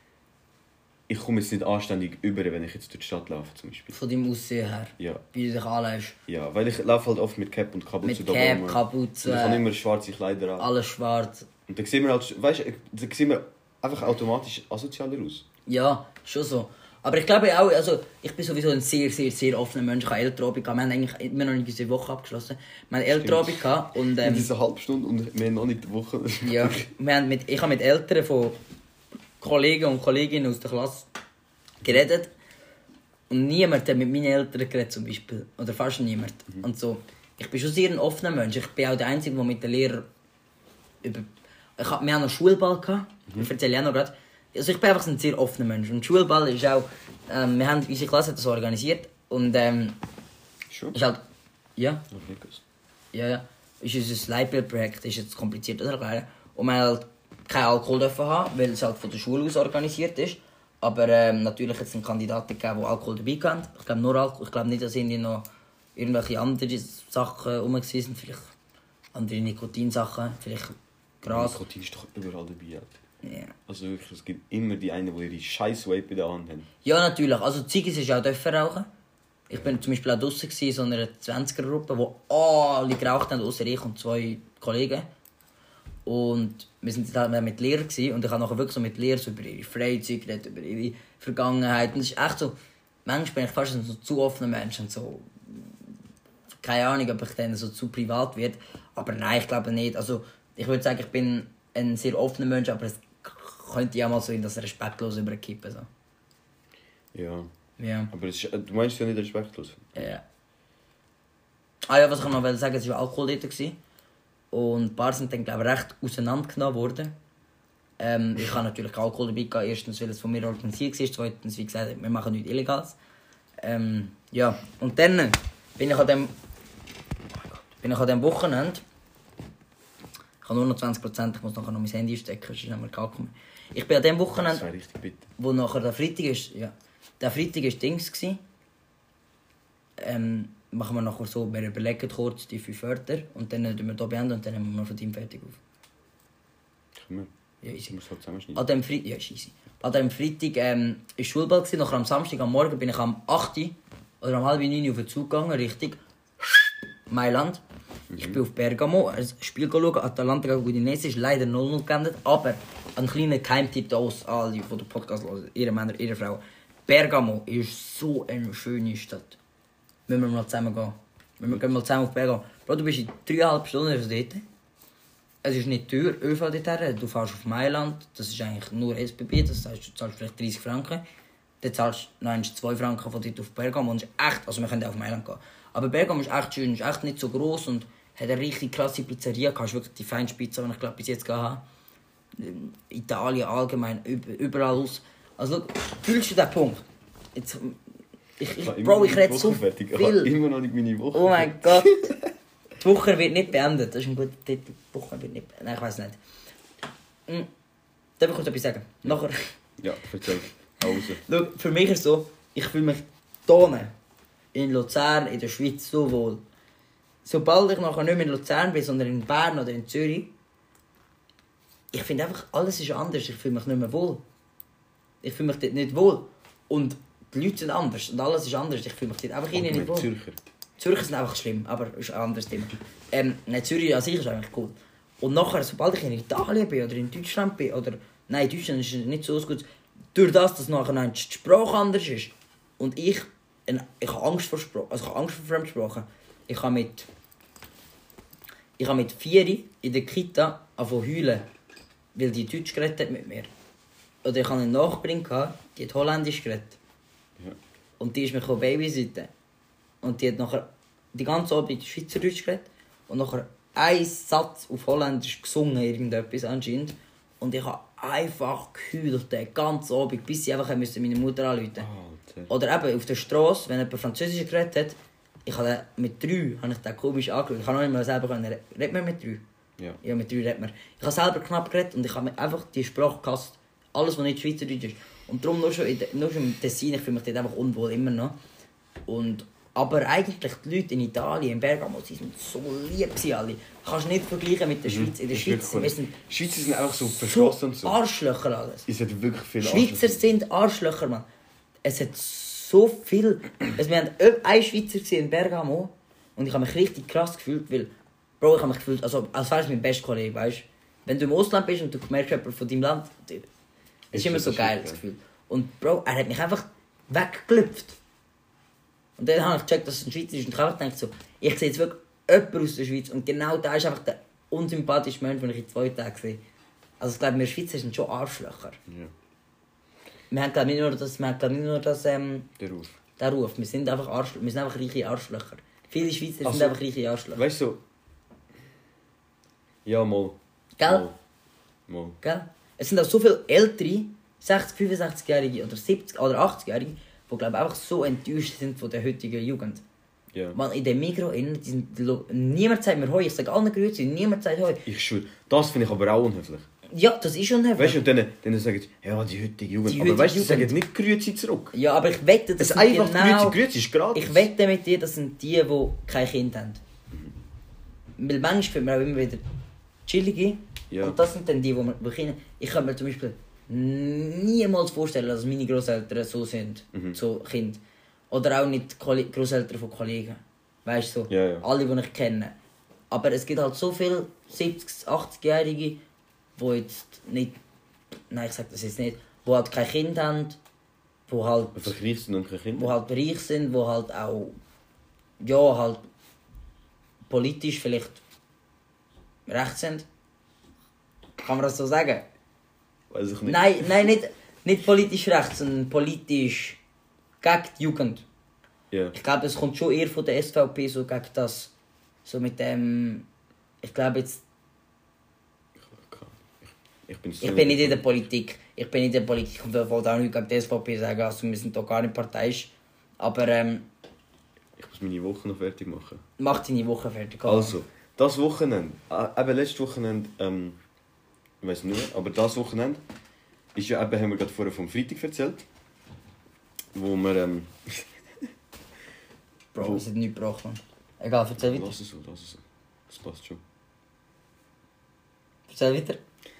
Ich komme jetzt nicht anständig über, wenn ich jetzt durch die Stadt laufe, zum Beispiel. Von deinem Aussehen her. Ja. Wie du dich anlässt. Ja, weil ich laufe halt oft mit Cap und Kapuze Mit da Cap, oben. Kapuze. Und ich habe immer schwarze Kleider an. Alles schwarz. Und dann sehen wir halt... Weißt du, dann sehen wir einfach automatisch asozialer aus. Ja, schon so. Aber ich glaube auch, also ich bin sowieso ein sehr, sehr, sehr offener Mensch. Ich habe Elternabend gehabt. Wir haben eigentlich immer noch nicht unsere Woche abgeschlossen. Wir haben Elternabend gehabt und... Ähm, Ähm, diese halbe Stunde und wir haben noch nicht die Woche. ja, wir haben mit, ich habe mit Eltern von Kollegen und Kolleginnen aus der Klasse geredet. Und niemand hat mit meinen Eltern geredet zum Beispiel. Oder fast niemand. Mhm. Und so. Ich bin schon sehr ein offener Mensch. Ich bin auch der Einzige, der mit den Lehrern über... Ich hab, wir haben noch Schulball gehabt. Mhm. Ich erzähle auch noch gerade. Also ich bin einfach ein sehr offener Mensch. Und Schulball ist auch... Ähm, wir haben, unsere Klasse hat das organisiert. Und ähm... Schon? Ist halt... Ja. Noch nicht gewusst. Ja, ja. Ist unser Leitbildprojekt, ist jetzt kompliziert zu erklären. Und wir halt keinen Alkohol dürfen haben, weil es halt von der Schule aus organisiert ist. Aber ähm, natürlich hat es einen Kandidaten gegeben, der Alkohol dabei hatten. Ich glaube nur Alkohol. Ich glaube nicht, dass irgendwie noch irgendwelche anderen Sachen rum waren. Vielleicht andere Nikotinsachen, vielleicht Gras. Nikotin ist doch überall dabei. Alter. Ja. Also wirklich, es gibt immer die einen, die ihre scheiß Vape in der Hand haben. Ja, natürlich. Also Ziggis ist auch dürfen rauchen. Ich bin zum Beispiel auch draussen in so einer zwanziger-Gruppe, wo alle geraucht haben, außer ich und zwei Kollegen. Und wir sind halt mit Lehrern gewesen, und ich habe nachher wirklich so mit Lehrern so über ihre Freizeit geredet, über ihre Vergangenheit. Und es ist echt so, manchmal bin ich fast ein so zu offener Mensch und so, keine Ahnung, ob ich dann so zu privat wird. Aber nein, ich glaube nicht. Also ich würde sagen, ich bin ein sehr offener Mensch, aber es könnte ja mal so in das respektlos überkippen. So. Ja. Ja. Aber es ist, du meinst ja nicht respektlos. Ja. Ah ja, was ich noch sagen wollte, es war Alkohol dort. Gewesen. Und ein paar sind dann, glaube ich, recht auseinandergenommen worden. Ähm, ich habe natürlich keinen Alkohol dabei gehabt. Erstens, weil es von mir organisiert war. Zweitens, wie gesagt, wir machen nichts Illegales. Ähm, ja, und dann bin ich an dem, bin ich an dem Wochenende. Ich habe nur noch zwanzig Prozent, ich muss nachher noch mein Handy stecken, sonst haben wir keinen mehr. Ich bin an dem Wochenende, Das wäre richtig bitter. wo nachher der Freitag ist, ja, der Freitag war Dings gsi. Ähm, machen wir nachher so, wir überlegen kurz die fünf Wörter und dann tun wir hier beenden und dann nehmen wir von ihm fertig auf. Können Ja, wir? easy. Ich muss halt zusammenschneiden. An dem Freitag, ja, ist easy. An dem Freitag ähm, war Schulball, gewesen. Nachher am Samstag, am Morgen bin ich am acht oder um halb neun auf den Zug gegangen, Richtung Mailand. Mhm. Ich bin auf Bergamo, ein Spiel schauen, Atalanta gegen Udinese, ist leider null null geendet, aber ein kleiner Geheimtipp aus alle, die den Podcast hören, ihre Männer, ihre Frauen. Bergamo ist so eine schöne Stadt. Müssen wir mal zusammen gehen. Wir gehen mal zusammen auf Bergamo. Bro, du bist in dreieinhalb Stunden dort. Es ist nicht teuer, ÖV dorthin. Du fährst auf Mailand, das ist eigentlich nur S B B, das heißt, du zahlst vielleicht dreißig Franken. Dann zahlst du nein, zwei Franken von dort auf Bergamo und es ist echt, also wir können auch auf Mailand gehen. Aber Bergamo ist echt schön, ist echt nicht so gross und hat eine richtig krasse Pizzeria. Du hast wirklich die feinste Pizza, die ich glaube bis jetzt gehabt habe. Italien allgemein, überall aus. Also, fühlst du den Punkt? Jetzt, Ich, ich, ich Bro, ich rede so fertig. viel. Ich habe immer noch nicht meine Woche. Oh mein Gott. Die Woche wird nicht beendet. Das ist ein guter Titel. Die Woche wird nicht beendet. Nein, ich weiß nicht. Hm. Darf ich kurz etwas sagen? Nachher. Ja, erzähl. Also. Schau, für mich ist es so, ich fühle mich hier in Luzern, in der Schweiz so wohl. Sobald ich nachher nicht mehr in Luzern bin, sondern in Bern oder in Zürich, ich finde einfach, alles ist anders. Ich fühle mich nicht mehr wohl. Ich fühle mich dort nicht wohl. Und die Leute sind anders und alles ist anders. Ich fühle mich dort einfach nicht wohl. Zürcher. Zürcher sind einfach schlimm, aber das ist ein anderes Thema. Ähm, nein, Zürich an sich ist eigentlich cool. Und nachher, sobald ich in Italien bin oder in Deutschland bin, oder... Nein, in Deutschland ist es nicht so gut. Durch das, dass nachher die Sprache anders ist. Und ich... Ich habe Angst vor Sprache. Also ich habe Angst vor Fremdsprachen. Ich habe mit... Ich habe mit vier in der Kita angefangen zu heulen, weil die Deutsch geredet hat mit mir. Oder ich hatte eine Nachbarin, die hat Holländisch geredet. Ja. Und die ist mich babysitten. Und die hat nachher die ganze Abend Schweizerdeutsch geredet. Und nachher einen Satz auf Holländisch gesungen, irgendetwas anscheinend. Und ich habe einfach geheult den ganzen Abend, bis sie einfach meine Mutter anrufen musste. Oh, Oder eben auf der Straße, wenn jemand Französisch geredet hat, ich habe mit drei habe ich den komisch angeschaut. Ich kann noch nicht mal selber können. Redet man mit drei? Ja. Ja, mit drei redet man. Ich habe selber knapp geredet und ich habe einfach die Sprache gehasst. Alles, was nicht Schweizerdeutsch ist. Und darum nur schon, in, nur schon im Tessin, ich fühle mich dort einfach unwohl, immer noch. Und, aber eigentlich die Leute in Italien, in Bergamo, sie sind so lieb gewesen, alle. Kannst du nicht vergleichen mit der Schweiz. In der Schweiz cool. wir sind Schweizer sind einfach so verschlossen und so. Arschlöcher alles. Es hat wirklich viele Schweizer sind Arschlöcher, Mann. Es hat so viel... Also wir haben einen Schweizer in Bergamo und ich habe mich richtig krass gefühlt, weil... Bro, ich habe mich gefühlt, also, als wäre es mein bester Kollege, weißt du? Wenn du im Ausland bist und du merkst jemanden von deinem Land, das ist, ist immer so geil, das Gefühl. Und Bro, er hat mich einfach weggelüpft. Und dann habe ich gecheckt, dass es ein Schweizer ist und ich habe gedacht so, ich sehe jetzt wirklich jemanden aus der Schweiz und genau da ist einfach der unsympathische Mensch, den ich in zwei Tagen sehe. Also ich glaube, wir Schweizer sind schon Arschlöcher. Ja. Wir haben glaube nicht nur das, wir haben, glaube nicht nur das, ähm, Der Ruf. der Ruf. Wir sind einfach Arschlöcher, wir sind einfach reiche Arschlöcher. Viele Schweizer Also, sind einfach reiche Arschlöcher. Weißt du... Ja, mal. Gell? Mal. mal. Gell? Es sind auch so viele ältere, sechzig-, fünfundsechzigjährige oder siebzig- oder achtzigjährige, die glaube einfach so enttäuscht sind von der heutigen Jugend. Ja. Man, in dem Migros, die sind, die, niemand sagt mir Hoi, ich sage allen Grüezi, niemand sagt Hoi. Ich schwöre, das finde ich aber auch unhöflich. Ja, das ist unhöflich. Weißt du, und dann, dann sagen sie, ja, die heutige Jugend. Die aber heutige weißt du, sie Jugend. sagen nicht Grüezi zurück. Ja, aber ich wette, das Es sind einfach genau... Grüezi, Grüezi ist gratis. Ich wette mit dir, das sind die, die kein Kind haben. Weil manchmal findet man auch immer wieder chillige. Ja. Und das sind dann die, die man die Kinder... Ich kann mir zum Beispiel niemals vorstellen, dass meine Großeltern so sind, Mhm. so Kind. Oder auch nicht die Großeltern von Kollegen. Weißt du, so, Ja, ja. alle, die ich kenne. Aber es gibt halt so viele siebzig-, achtzigjährige, die jetzt nicht... Nein, ich sag das jetzt nicht. Die halt kein Kind haben, die halt... Einfach reich sind und kein Kind. Die halt reich sind, die halt auch... Ja, halt... politisch vielleicht... rechts sind. Kann man das so sagen? Weiß ich nicht. Nein, nein, nicht, nicht politisch rechts, sondern politisch gegen die Jugend. Ja. Ich glaube, es kommt schon eher von der S V P so gegen das. So mit dem... Ich glaube jetzt... Ich bin, Ich bin nicht in der Politik. Ich bin nicht in der Politik und ich wollte auch nicht gegen die S V P sagen. Also wir sind doch gar nicht parteiisch. Aber ähm... Ich muss meine Woche noch fertig machen. mach deine Woche fertig. Also, das Wochenende, äh, eben letztes Wochenende, ähm, ich weiß nicht mehr, aber das Wochenende ist ja eben, haben wir gerade vorher vom Freitag erzählt, wo wir, ähm... Bro, wo- wir sind nicht gebrochen. Egal, erzähl weiter. Lass es so, lass es so. Das passt schon. Erzähl weiter.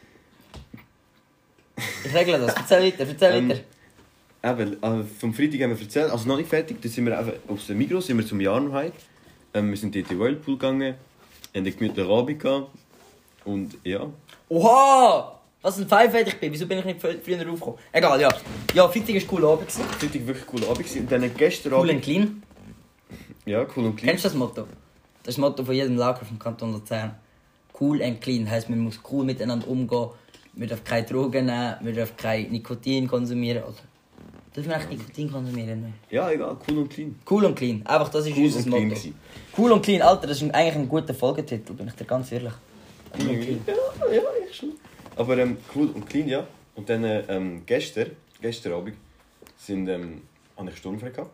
Ich regle das. Erzähl weiter, erzähl Ähm, weiter. Eben, äh, vom Freitag haben wir erzählt, also noch nicht fertig, dann sind wir eben aus dem Migros, sind wir zum Jahrnheit. Ähm, wir sind dort in den Whirlpool gegangen, haben einen gemütlichen Abend gehabt. Und ja, Oha! Was ein Pfeife ich bin. Wieso bin ich nicht frü- früher aufgekommen? Egal, ja. Ja, Freitag war cool Abend. gewesen. Freitag wirklich cooler Abend gewesen. Und dann gestern Cool Abend... and clean. Ja, cool und clean. Kennst du das Motto? Das ist das Motto von jedem Lager vom Kanton Luzern. Cool and clean heisst, man muss cool miteinander umgehen. Man darf keine Drogen nehmen, man darf kein Nikotin konsumieren. Oder darf man echt Nikotin konsumieren? Ja, egal, cool und clean. Cool und clean. Einfach, das ist Cool unser und clean Motto. gewesen. Cool und clean, Alter, das ist eigentlich ein guter Folgetitel, bin ich dir ganz ehrlich. Cool und clean. Ja, ja, ich schon. Aber ähm, cool und clean, ja. Und dann ähm, gestern, gestern Abend, sind, ähm, hatte ich Sturmfrei gehabt.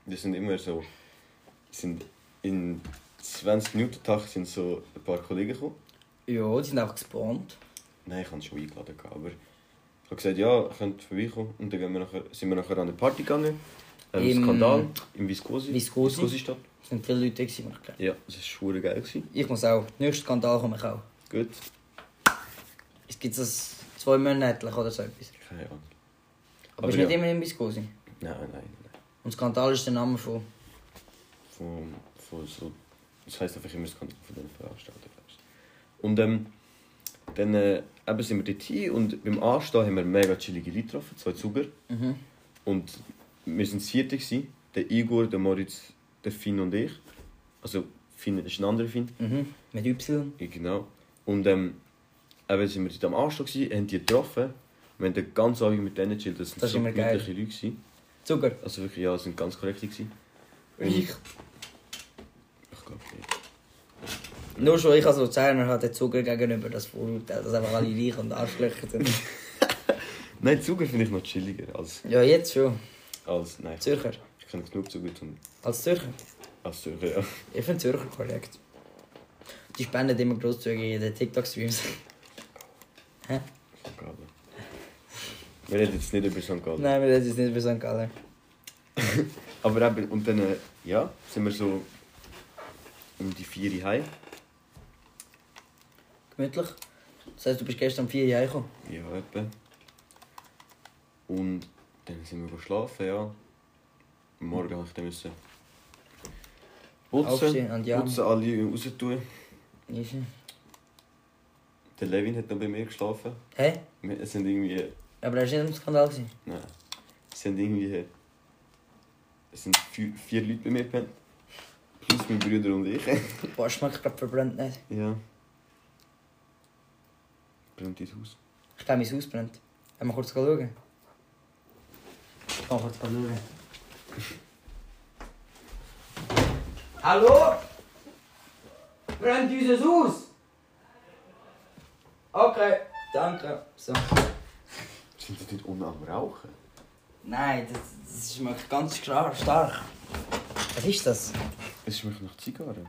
Das sind immer so... Sind in zwanzig Minuten Tag sind so ein paar Kollegen gekommen. Ja, die sind auch gespawnt. Nein, ich habe es schon eingeladen, aber... Ich habe gesagt, ja, ihr könnt vorbeikommen. Und dann gehen wir nachher, sind wir nachher an eine Party gegangen. Ähm, Im- Skandal, im Viscosi. Viscosi. Viscosi-Stadt. Es waren viele Leute, die ich kenne. Ja, das war schwer geil. Gewesen. Ich muss auch. Nächster Skandal komme ich auch. Gut. Es gibt es zwei Monate oder so etwas. Keine Ahnung. Aber bist du ja. nicht immer im Viscosi? Nein, nein, nein. Und Skandal ist der Name von... Von, von so... Das heisst einfach immer Skandal von diesen Veranstaltungen. Und ähm... Dann äh, eben sind wir dort hin und beim Anstehen haben wir mega chillige Leute getroffen, zwei Zuger. Mhm. Und wir waren das vierte. Gewesen. Der Igor, der Moritz, der Finn und ich. Also Finn ist ein anderer Finn. Mhm. Mit Y. Ja, genau. Und ähm, eben sind wir dort am Anstehen gewesen, haben die getroffen. Wir haben den ganzen Abend mit denen gechillt. Das waren Das ist so immer geil. gemütliche Leute gewesen. Zucker. Also wirklich, ja, das sind ganz korrekte gewesen. Und Ich. Ich glaube nicht. Nur schon ich als Luzerner habe den Zucker gegenüber das Vorurteil, dass einfach alle reich und Arschlöcher sind. Nein, Zuger finde ich noch chilliger als... Ja, jetzt schon. als nein, Zürcher. ich kenne genug Zuger zum... Als Zürcher. als Zürcher, ja. Ich finde Zürcher korrekt. Die spenden immer grosszügig in den TikTok-Streams. Hä? Sankt Gallen. Wir reden jetzt nicht über Sankt Gallen. Nein, wir reden jetzt nicht über Sankt Gallen. Aber eben, und dann, äh, ja, sind wir so um die vier Uhr heim. Gemütlich. Das heisst, du bist gestern um vier Uhr heimgekommen? Ja, etwa. Und dann sind wir schlafen, ja. Am Morgen musste ich dann müssen putzen, Aufstehen und ja. putzen, alle raus tun. Easy. Der Levin hat noch bei mir geschlafen. Hä? Wir- Es sind irgendwie... Aber er war nicht im Skandal. gewesen. Nein. Es sind irgendwie... Es sind vier, vier Leute bei mir gepennt. Plus mein Bruder und ich. Boah, schmeckt gerade verbrennt nicht. Ja. Brennt dein Haus? Ich glaube, mein Haus brennt. Wollen wir kurz schauen? Ich kann kurz schauen. Hallo? Brennt unser Haus? Okay, danke. So. Sind die nicht unten am Rauchen? Nein, das, das schmeckt ganz klar stark. Was ist das? Es schmeckt nach Zigarren.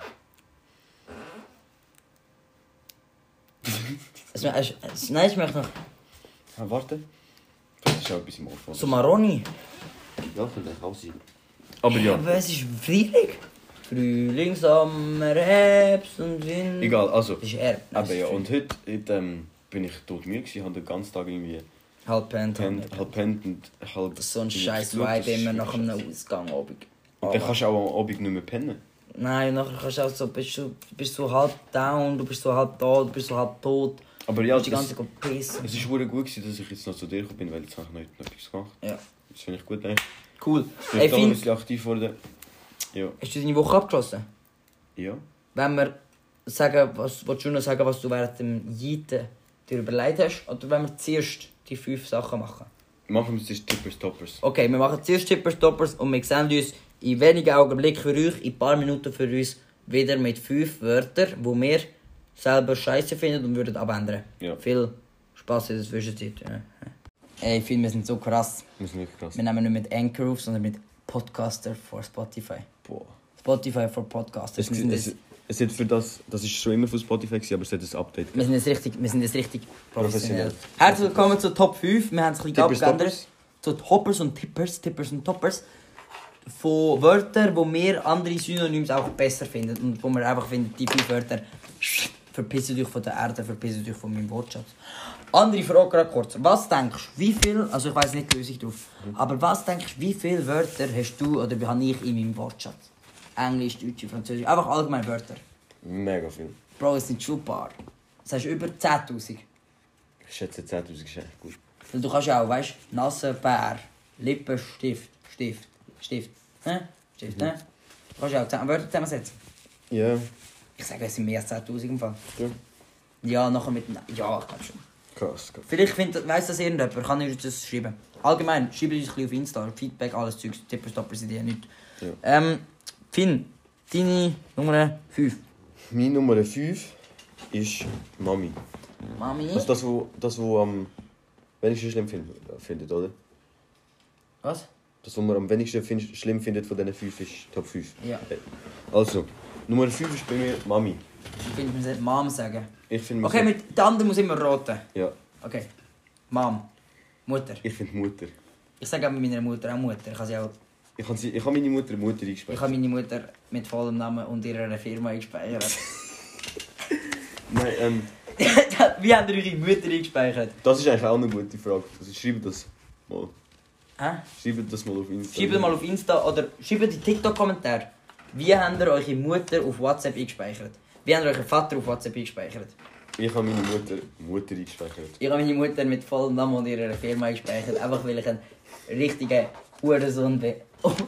Es, es, es, nein, es schmeckt nach Ah, warte. Das ist auch etwas im Ofen. Sumaroni. Ja, könnte auch sein. Aber ja. Aber es ist Frühling. Frühlingssommer, Herbst und Wind. Egal, also. Das ist Erb. Aber ja, und heute, heute ähm, bin ich todmüde gewesen, habe den ganzen Tag irgendwie Halb pennt. pennt, halb pennt und halb... Das ist so ein irgendwie scheiß geschaut, das Vibe ist immer nach wirklich einem scheiße. Ausgang Abend. Und dann kannst du auch am Abend nicht mehr pennen. Nein, nachher kannst du auch so, bist du bist so halb down, du bist so halb da, du bist so halb tot. Aber Du ja, bist die das, ganze Zeit pissen. es ist wirklich gut gewesen, dass ich jetzt noch zu dir gekommen bin, weil jetzt habe ich noch etwas gemacht. Ja. Das finde ich gut, eigentlich. Cool. Ich bin Ey, da ein Finn, bisschen aktiv geworden. Ja. hast du deine Woche abgeschlossen? Ja. Wenn wir sagen, was, willst du noch sagen, was du während dem Jeeten dir überlegt hast? Oder wenn wir zuerst die fünf Sachen machen? Machen wir zuerst Tippers Toppers. Okay, wir machen zuerst Tippers Toppers und wir sehen uns in wenigen Augenblicken für euch, in ein paar Minuten für uns, wieder mit fünf Wörtern, die wir selber scheiße finden und würden abändern. Ja. Viel Spaß in der Zwischenzeit. Ja. Ey, ich finde, wir sind so krass. Das ist wirklich krass. Wir nehmen nicht mit Anchor auf, sondern mit Podcaster for Spotify. Boah. Spotify for Podcasters. Es, Wir sind es, jetzt, es hat für das, das ist schon immer von Spotify gewesen, aber es hat ein Update wir gegeben. sind jetzt richtig, wir sind jetzt richtig professionell. Professionell. Herzlich willkommen zu Top fünf. Wir haben es ein bisschen Tippers abgeändert. Zu Hoppers und Tippers, Tippers und Toppers. Von Wörtern, wo wir andere Synonyme auch besser finden. Und wo wir einfach finden, die fünf Wörter verpissen euch von der Erde, verpissen euch von meinem Wortschatz. Andere Frage gerade kurz. Was denkst du, wie viel, also ich weiss nicht die Lösung drauf, aber was denkst du, wie viele Wörter hast du oder habe ich in meinem Wortschatz? Englisch, Deutsch, Französisch, einfach allgemein Wörter. Mega viel. Bro, es sind schon ein paar. Das heißt über zehntausend. Ich schätze zehntausend ist echt gut. Weil du kannst ja auch, weißt du, Nase, Bär, Lippenstift, Stift, Stift, hä? Stift, hä? Du kannst ja auch zehn Wörter zusammensetzen. Ja. Ich sage, es sind mehr als zehntausend im Fall. Ja. Ja, nachher mit... Ja, ich glaube schon. Krass, krass. Vielleicht findet, weiss das irgendjemand, kann euch das schreiben. Allgemein, schreibt uns ein bisschen auf Insta, Feedback, alles Zeugs, Tippers, Toppers, Ideen, nichts. Ja. Ähm, Finn, deine Nummer fünf. Meine Nummer fünf ist Mami. Mami? Also das, wo, das, wo am wenigsten schlimm find- findet, oder? Was? Das, was man am wenigsten find, schlimm findet von diesen fünf, ist Top fünf. Ja. Also, Nummer fünf ist bei mir Mami. Ich finde, man sollte Mom sagen. Ich find, Okay, mit der anderen muss immer roten. Ja. Okay. Mom. Mutter. Ich finde Mutter. Ich sage aber meiner Mutter auch Mutter. Ich habe sie auch... Ich habe ich hab meine Mutter Mutter Ich eingespeichert. habe meine Mutter mit vollem Namen und ihrer Firma eingespeichert. Nein, ähm, Wie habt ihr eure Mutter eingespeichert? das ist eigentlich auch eine gute Frage. Also, schreibt das mal. Hä? Schreibt das mal auf Insta. Schreibt mal auf Insta oder schreibt in die TikTok-Kommentare. Wie habt ihr eure Mutter auf WhatsApp eingespeichert? Wie habt ihr euren Vater auf WhatsApp eingespeichert? Ich habe meine Mutter Mutter eingespeichert. Ich habe meine Mutter mit vollem Namen und ihrer Firma eingespeichert. Einfach weil ich ein richtiger Hurensohn bin.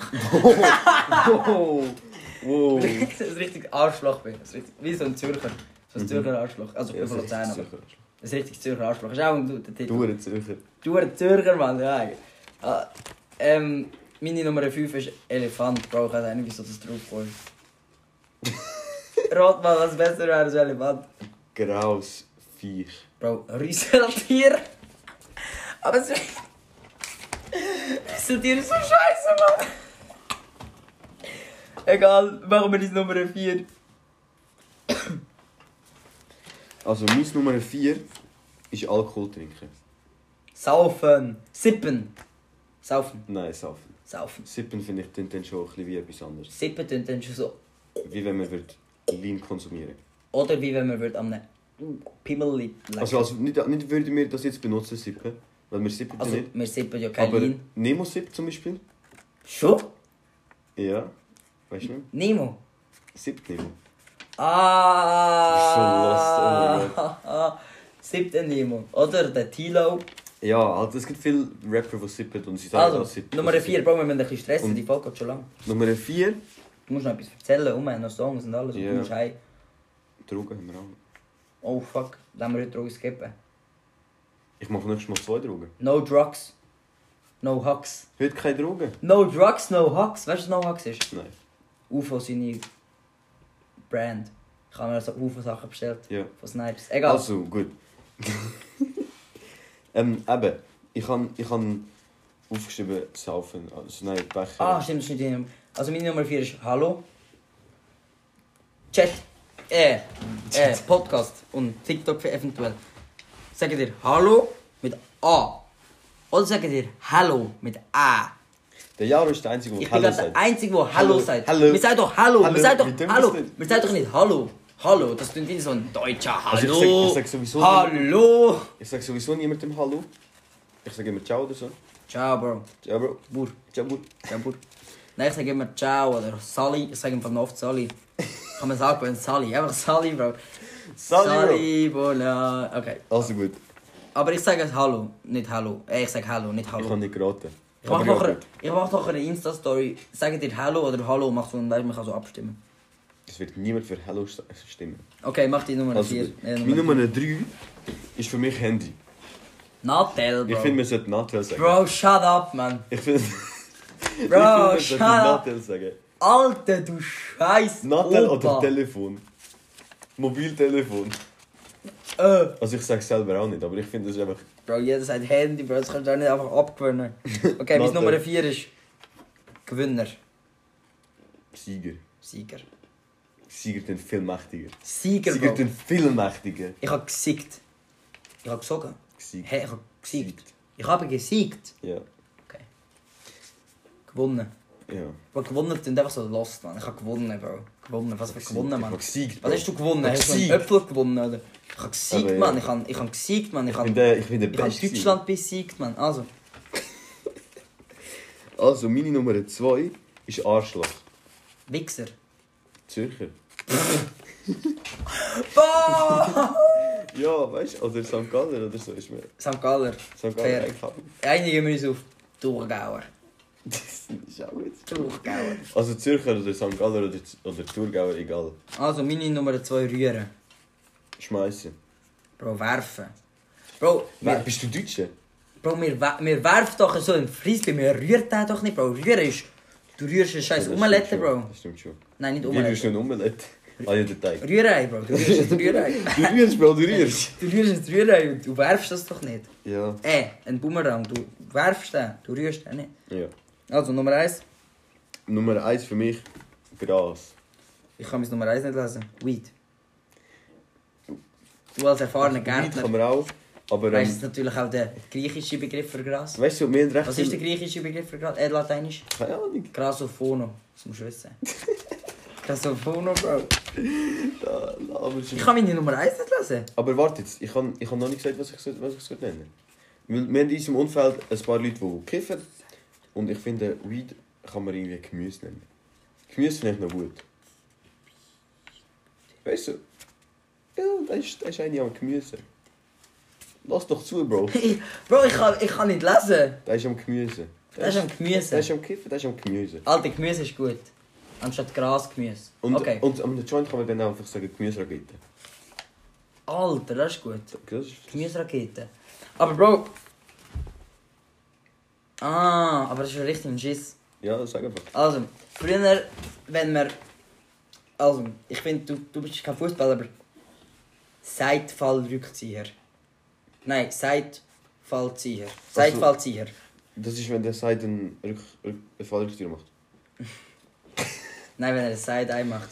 Wow! Wow! ein richtiges Arschloch bin. Ein richtig, wie so ein Zürcher. So ein Zürcher Arschloch. Also Ja, von das ist Luzern. aber Zürcher. Ein richtiges Zürcher Arschloch. Ist auch ein guter Titel. Du, ein Zürcher. Du ein Zürcher, Mann. Ja. Ah, ähm, meine Nummer fünf ist Elefant. Bro, ich weiß nicht, wieso das drauf kommt. Rat mal, was besser wäre als Elefant. Graues Viech. Bro, Rieseltier. Aber es Rieseltier ist so scheiße, Mann. Egal, machen wir die Nummer vier. Also, meine Nummer vier ist Alkohol trinken. Saufen. Sippen. Saufen. Nein, saufen. Saufen. Sippen finde ich klingt dann schon ein bisschen wie etwas anderes. Sippen tun dann schon so. Wie wenn man wird Lean konsumieren. Oder wie wenn man würde am Pimmel lecken. Also, also nicht, nicht würden wir das jetzt benutzen, Sippen. Weil wir sippen Also, nicht. wir sippen ja kein Aber Lean. Nemo-Sip zum Beispiel? Schon? Ja. Weißt du nicht? Nemo. Sip Nemo. Ah! So lost, oh Siebter Nemo. Oder der Tilo. Ja, also es gibt viele Rapper, die sippen und sie sagen Also, auch sippen. Nummer vier, Bro, wir müssen ein bisschen stressen, Und- die Folge geht schon lang. Nummer vier. Du musst noch etwas erzählen, um, noch Songs und alles. Und Ja. du musst heim. Drogen haben wir auch. Oh fuck, lassen wir heute Drogen skippen. Ich mache nächstes Mal zwei Drogen. No drugs, no hugs. Heute keine Drogen? No drugs, no hugs. Weißt du, was no hugs ist? Nein. U F O seine Brand. Ich habe mir so U F O-Sachen bestellt. Ja. Von Snipes. Egal. Also, gut. ähm, eben. Ich habe ich hab aufgeschrieben, saufen. Also, nein, Becher. Ah, stimmt, das ist nicht die Nummer. Also meine Nummer vier ist Hallo. Chat. Äh, äh, Podcast und TikTok eventuell. Sagt ihr Hallo mit A. Oder sagt ihr Hallo mit A. Der Jaro ist der Einzige, der Ich bin Hallo gerade der sagt. Einzige, der Hallo, Hallo, sagt. hallo. Wir sagen doch Hallo. Hallo, Wir sagen wie doch dumm Hallo. ist das? Wir sagen doch nicht Hallo. Hallo. Das klingt wie so ein deutscher Hallo. Also ich sag- ich sag sowieso- Hallo. Ich sage sowieso niemandem Hallo. Ich sage immer Ciao oder so. Ciao, Bro. Ciao, Bro. Bur. Ciao, Bro. Ciao, Bur. Nein, ich sage immer Ciao oder Sally. Ich sage einfach oft Sally. Kann man sagen, wenn Sally. Einfach Sally, Bro. Sally, Sally, Bola. Okay. Also gut. Aber ich sage Hallo, nicht Hallo. Äh, ich sage Hallo, nicht Ich Hallo. kann nicht geraten. Ich mache Aber ja, nachher, gut. ich mach nachher eine Insta-Story. Sagt ihr Hallo oder Hallo, mach so und man kann so abstimmen. Es wird niemand für Hallo stimmen. Okay, mach die Nummer Also vier. gut. Äh, Meine Nummer drei ist für mich Handy. Natel, Bro. Ich finde, man sollte Natel sagen. Bro, shut up, man. Ich finde... ich Bro, finde, shut man sollte up. Natel sagen. Alter, du Scheiß. Natel Opa. oder Telefon. Mobiltelefon. Äh. Also ich sage es selber auch nicht, aber ich finde, das ist einfach... Bro, jeder sagt Handy, Bro, das kannst du auch nicht einfach abgewöhnen. Okay, meine Natel. Nummer vier ist Gewinner. Sieger. Sieger. Sieger sind viel mächtiger. Sieger, Sieger Bro. sind viel mächtiger. Ich hab gesiegt. Ich hab gesogen. Gesiegt. Hä, ich hab gesiegt. Ich habe gesiegt. Ja. Okay. Gewonnen. Ja. Bro, gewonnen klingt einfach so lost, man. Ich hab gewonnen, Bro. Gewonnen, was für gewonnen, Ich man. habe gesiegt. Was hast du gewonnen? Ich hab Hast du einen gesiegt. Äpfel gewonnen, oder? Ich hab gesiegt, Aber ja. man. Ich hab, ich hab gesiegt, man. Ich Ich hab, bin der, ich bin der ich hab Beste. Deutschland besiegt, man. Also. Also, meine Nummer zwei ist Arschloch. Wichser. Zürcher. Boah! Ja, weißt du, oder Sankt Galler oder so ist mir. Sankt Galler. Sankt Fair. Galler eingefallen. Einigen wir uns auf Thurgauer. Das ist auch gut. Thurgauer. Also Zürcher oder Sankt Galler oder, oder Thurgauer, egal. Also, meine Nummer zwei rühren. Schmeißen. Bro, werfen. Bro, Wer, wir, bist du Deutscher? Bro, wir, we- wir werfen doch so ein Frisbee, wir rühren den doch nicht, Bro. Rühren ist... Du rührst einen scheiß Ja, das Omelette, stimmt Bro. schon. Das stimmt schon. Nein, nicht Wie rührst Omelette. du ein Omelette? Ah ja, der Teig. Rührei, Bro. Du rührst ein Rührei. Du rührst, Bro, du rührst. Du rührst ein Rührei und du werfst das doch nicht. Ja. Äh, ein Bumerang. Du werfst den, du rührst den nicht. Ja. Also, Nummer eins. Nummer eins für mich, Gras. Ich kann mein Nummer eins nicht lesen. Weed. Du als erfahrener Weed Gärtner kann man auch, aber... weißt Ähm, du natürlich auch den griechischen Begriff für Gras. weißt du, wir haben recht... Was ist der griechische Begriff für Gras? Äh, lateinisch? Keine Ahnung. Grasophono. Das musst du wissen. Grasophono, Bro. Da, aber, Ich kann meine Nummer eins nicht lesen. aber warte jetzt, ich habe ich hab noch nicht gesagt, was ich, so- was ich so nenne. Wir, wir haben in unserem Umfeld ein paar Leute, die kiffen. Und ich finde, Weed kann man irgendwie Gemüse nennen. Gemüse finde ich noch gut. Weißt du? Ja, das ist, das ist eine am Gemüse. Lass doch zu, Bro. Bro, ich kann, ich kann nicht lesen. Das ist am Gemüse. Das ist am Gemüse. Das ist am Kiffen, das ist am Gemüse. Alter, Gemüse ist gut. Anstatt Grasgemüse. Und, Okay. und am Joint kann man dann einfach sagen Gemüserakete. Alter, das ist gut. Das ist... Gemüserakete. Aber Bro... Ah, aber das ist ja richtig ein Schiss. Ja, sag einfach. Also, früher, wenn wir... Also, ich finde, du, du bist kein Fußballer, aber... Seitfallrückzieher. Nein, Seitfallzieher. Seitfallzieher. Das ist, wenn der Seite einen Rück, Rück, einen Fallrückzieher macht. Nein, wenn er eine Side-Eye macht.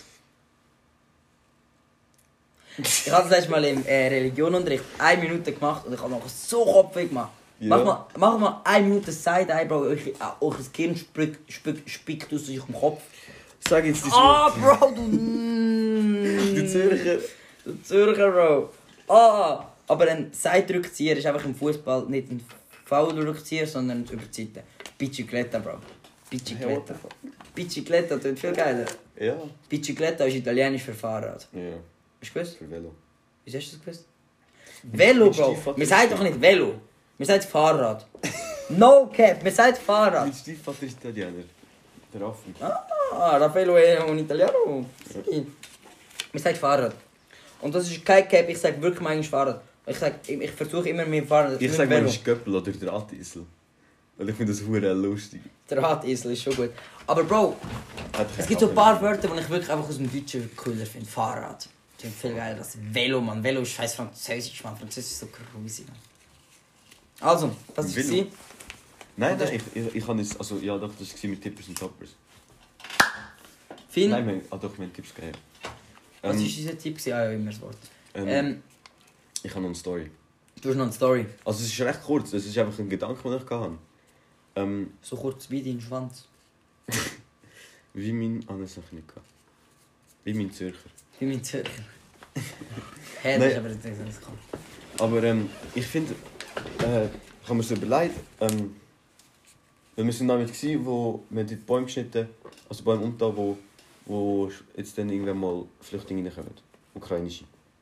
Ich habe das letzte Mal im äh, Religionunterricht eine Minute gemacht und ich habe noch so Kopfweh gemacht. Ja. Mach, mal, mach mal eine Minute Side-Eye, Bro. Euch, äh, euch das Gehirn spickt, spickt, spickt aus eurem Kopf. Sag jetzt das Ah, Wort. Bro, du... Die Zürcher. Du Zürcher, Bro. Ah, aber ein Side-Rückzieher ist einfach im Fußball nicht ein Foul-Rückzieher, sondern über die Seite. Bicicletta, Bro. Bicicletta. Bicicletta klingt viel geiler. Ja. Bicicletta ist italienisch für Fahrrad. Ja, Hast du gewusst? für Velo. Wieso hast du das gewusst? Velo, mit Bro. Stiefvater Wir sagen doch nicht Velo. Wir sagen Fahrrad. No cap, wir sagen Fahrrad. Mein Stiefvater ist Italiener. Der Affen. Ah, Raffaello è un italiano. Sì. Wir sagen Fahrrad. Und das ist kein Cap, ich sage wirklich manchmal Fahrrad. Ich, sag, ich, ich versuche immer mit dem Fahrrad. Ich nicht sage Velo. manchmal Göppel oder Drahtesel. Weil ich finde das hure lustig. Der Radesel ist schon gut. Aber Bro, Hat es gibt so ein paar Wörter, die ich wirklich einfach aus dem Deutschen cooler finde. Fahrrad. Ich finde viel geiler als Velo, Mann. Velo ist scheiß Französisch, Mann. Französisch ist so grusig. Also, was Velo. war es? Nein, nein, ich, ich, ich kann es... Also, ja, doch, das war mit Tippers und Toppers. Finn, Nein, wir, ah, doch, wir haben Tipps gegeben. was war Ähm, unser Tipp? Ah ja, immer das Wort. ähm, Ähm, ich habe noch eine Story. du hast noch eine Story. Also, es ist recht kurz. Es ist einfach ein Gedanke, den ich hatte. Ähm, So kurz wie dein Schwanz. wie mein... Ah, das habe ich nicht gehabt. Wie mein Zürcher. Wie mein Zürcher. Hä, das Nein. ist aber nicht das kann. Aber ähm, ich finde, äh, ich habe mir so überlegt, ähm, weil wir sind damit gsi, wo wir haben die Bäume geschnitten, also Bäume und da, wo, wo jetzt dann irgendwann mal Flüchtlinge reinkommen, ukrainische.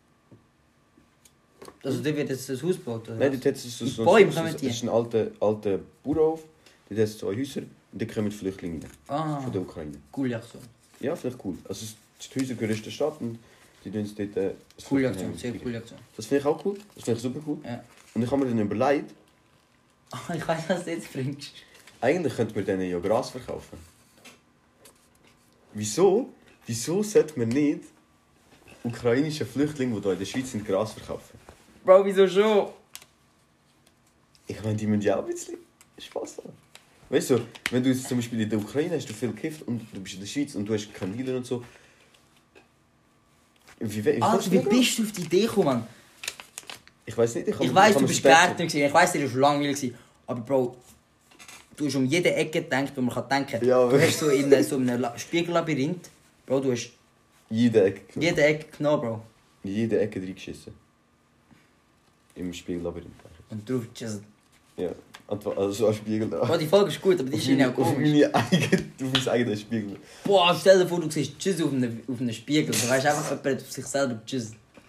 Also, da wird jetzt das Haus gebaut, oder? Nein, was? dort hat es so, Die so, Bäume so, kommen so, die? das ist ein alter, alter Bauernhof, dort hat es zwei Häuser und da kommen Flüchtlinge rein, Ah, von der Ukraine. cool, ja, so. Ja, vielleicht cool. Also es- die Häuser gehören der Stadt und die tun es dort... Äh, das Coole Flüchtlinge Aktion, sehr kriegen. coole Aktion. Das finde ich auch cool, das finde ich super cool. Ja. Und ich habe mir dann überlegt, Ah, ich weiß, was du jetzt bringst. eigentlich könnte man denen ja Gras verkaufen. Wieso? Wieso sollte man nicht ukrainischen Flüchtlingen, die hier in der Schweiz sind, Gras verkaufen? Bro, wieso schon? Ich meine, die müssen ja auch ein bisschen Spass haben. Weißt du, wenn du jetzt zum Beispiel in der Ukraine hast, du viel gekifft und du bist in der Schweiz und du hast keine Dealer und so. Wie, wie, Alter, wie bist du auf die Idee gekommen, Mann? Ich weiß nicht, ich, Ich weiss, du bist Gärtner gewesen, ich weiss, dir war langweilig gewesen. Aber Bro, du hast um jede Ecke gedacht, wo man kann denken kann. Ja, Du hast so in so einem La- Spiegellabyrinth, Bro, du hast Jede Ecke. jede Ecke genommen, Bro. In jede Ecke reingeschissen. Im Spiegellabyrinth. Und drauf just... Ja, also so ein Spiegel da. Bro, die Folge ist gut, aber die ist irgendwie auch auf komisch. meine eigene, auf mein eigenes Spiegel. Boah, stell dir vor, du siehst Tschüss auf einem, auf einem Spiegel. Du weißt einfach, jemand hat auf sich selber Tschüss.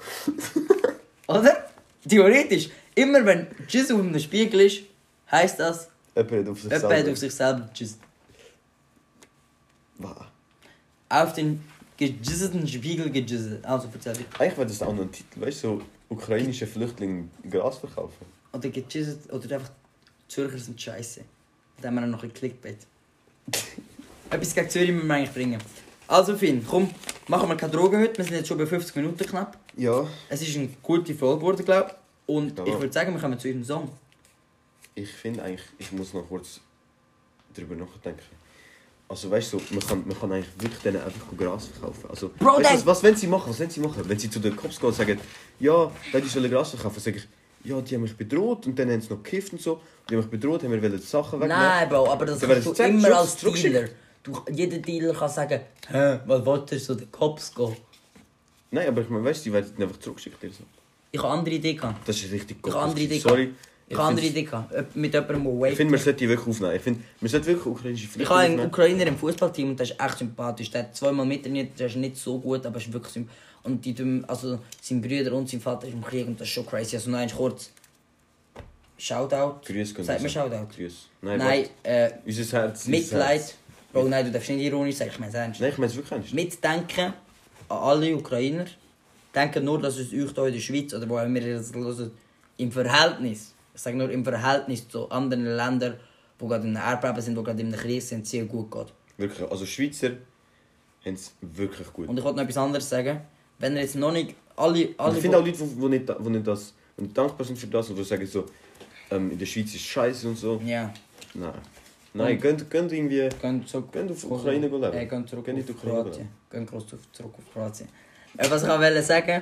Oder? Theoretisch, immer wenn Tschüss auf einem Spiegel ist, heisst das, Jemand hat auf sich jemand hat selber. auf sich selber Tschüss. Wow. Auf den gejizzeten Spiegel gejizzet. Also, erzähl dich. Eigentlich wäre das auch noch ein Titel, weißt du, so ukrainische Flüchtlinge Gras verkaufen. Oder gejizzet, oder einfach Zürcher sind scheiße. Da haben wir noch ein Clickbait. Etwas gegen Zürich müssen wir eigentlich bringen. Also Finn, komm, machen wir keine Drogen heute. Wir sind jetzt schon bei fünfzig Minuten knapp. Ja. Es ist eine gute Folge geworden, glaube ich. Und Ja. ich würde sagen, wir kommen zu unserem Song. Ich finde eigentlich, ich muss noch kurz darüber nachdenken. Also weißt du, so, man, kann, man kann eigentlich wirklich denen einfach Gras verkaufen. Also, Bro, weißt du, was, was wollen sie machen? Was wollen sie machen? Wenn sie zu den Cops gehen und sagen, ja, die sollen Gras verkaufen, sage ich, ja, die haben mich bedroht und dann haben sie noch gekifft und so. Und die haben mich bedroht, haben mir die Sachen wegnehmen. Nein, Bro, aber das Dann kannst du werden sie immer zurück- als zurückschicken. Dealer. Du, jeder Dealer kann sagen, hä, was wollt ihr zu den Cops gehen? Nein, aber ich meine, weißt du, die werden einfach zurückgeschickt. Oder so. Ich habe andere Idee gehabt. Das ist richtig Ich habe andere Idee Sorry. gehabt. Ich habe andere Idee gehabt. Ob- Mit jemandem, der Ich wait. finde, man sollte die wirklich aufnehmen. Ich finde, man sollte wirklich ukrainische Ich Flüchtlinge habe einen aufnehmen. Ukrainer im Fußballteam und der ist echt sympathisch. Der hat zweimal mittrainiert, der ist nicht so gut, aber ist wirklich sympathisch. Und die, tun- also sein Bruder und sein Vater ist im Krieg und das ist schon crazy. Also noch eins kurz. Shoutout. Grüß können Sagt man wir sagen. Shoutout? Grüß. Nein, Nein, äh, warte. Unser Herz. unser Mitleid. Herz. Bro, nein, du darfst nicht ironisch sagen, ich meine es ernst. Nein, ich meine es wirklich ernst. Mitdenken an alle Ukrainer. Denken nur, dass es euch hier in der Schweiz oder wo auch immer ihr das hört, im Verhältnis, ich sage nur im Verhältnis zu anderen Ländern, die gerade in einem Erdbeben sind, die gerade in einem Krieg sind, sehr gut geht. Wirklich, also Schweizer haben es wirklich gut. Und ich wollte noch etwas anderes sagen. Wenn ihr jetzt noch nicht alle... alle Und ich finde auch Leute, die, die, nicht, die, nicht das, die nicht dankbar sind für das, oder die sagen so, ähm, in der Schweiz ist scheiße und so. Ja. Nein. Nein, gönnt, gönnt irgendwie... Gehen zurück Gehen auf Ukraine leben. Äh, gehen zurück Gehen in die auf Ukraine Kroatien. Gehen groß auf, zurück auf Kroatien. Äh, was ich auch wollte sagen...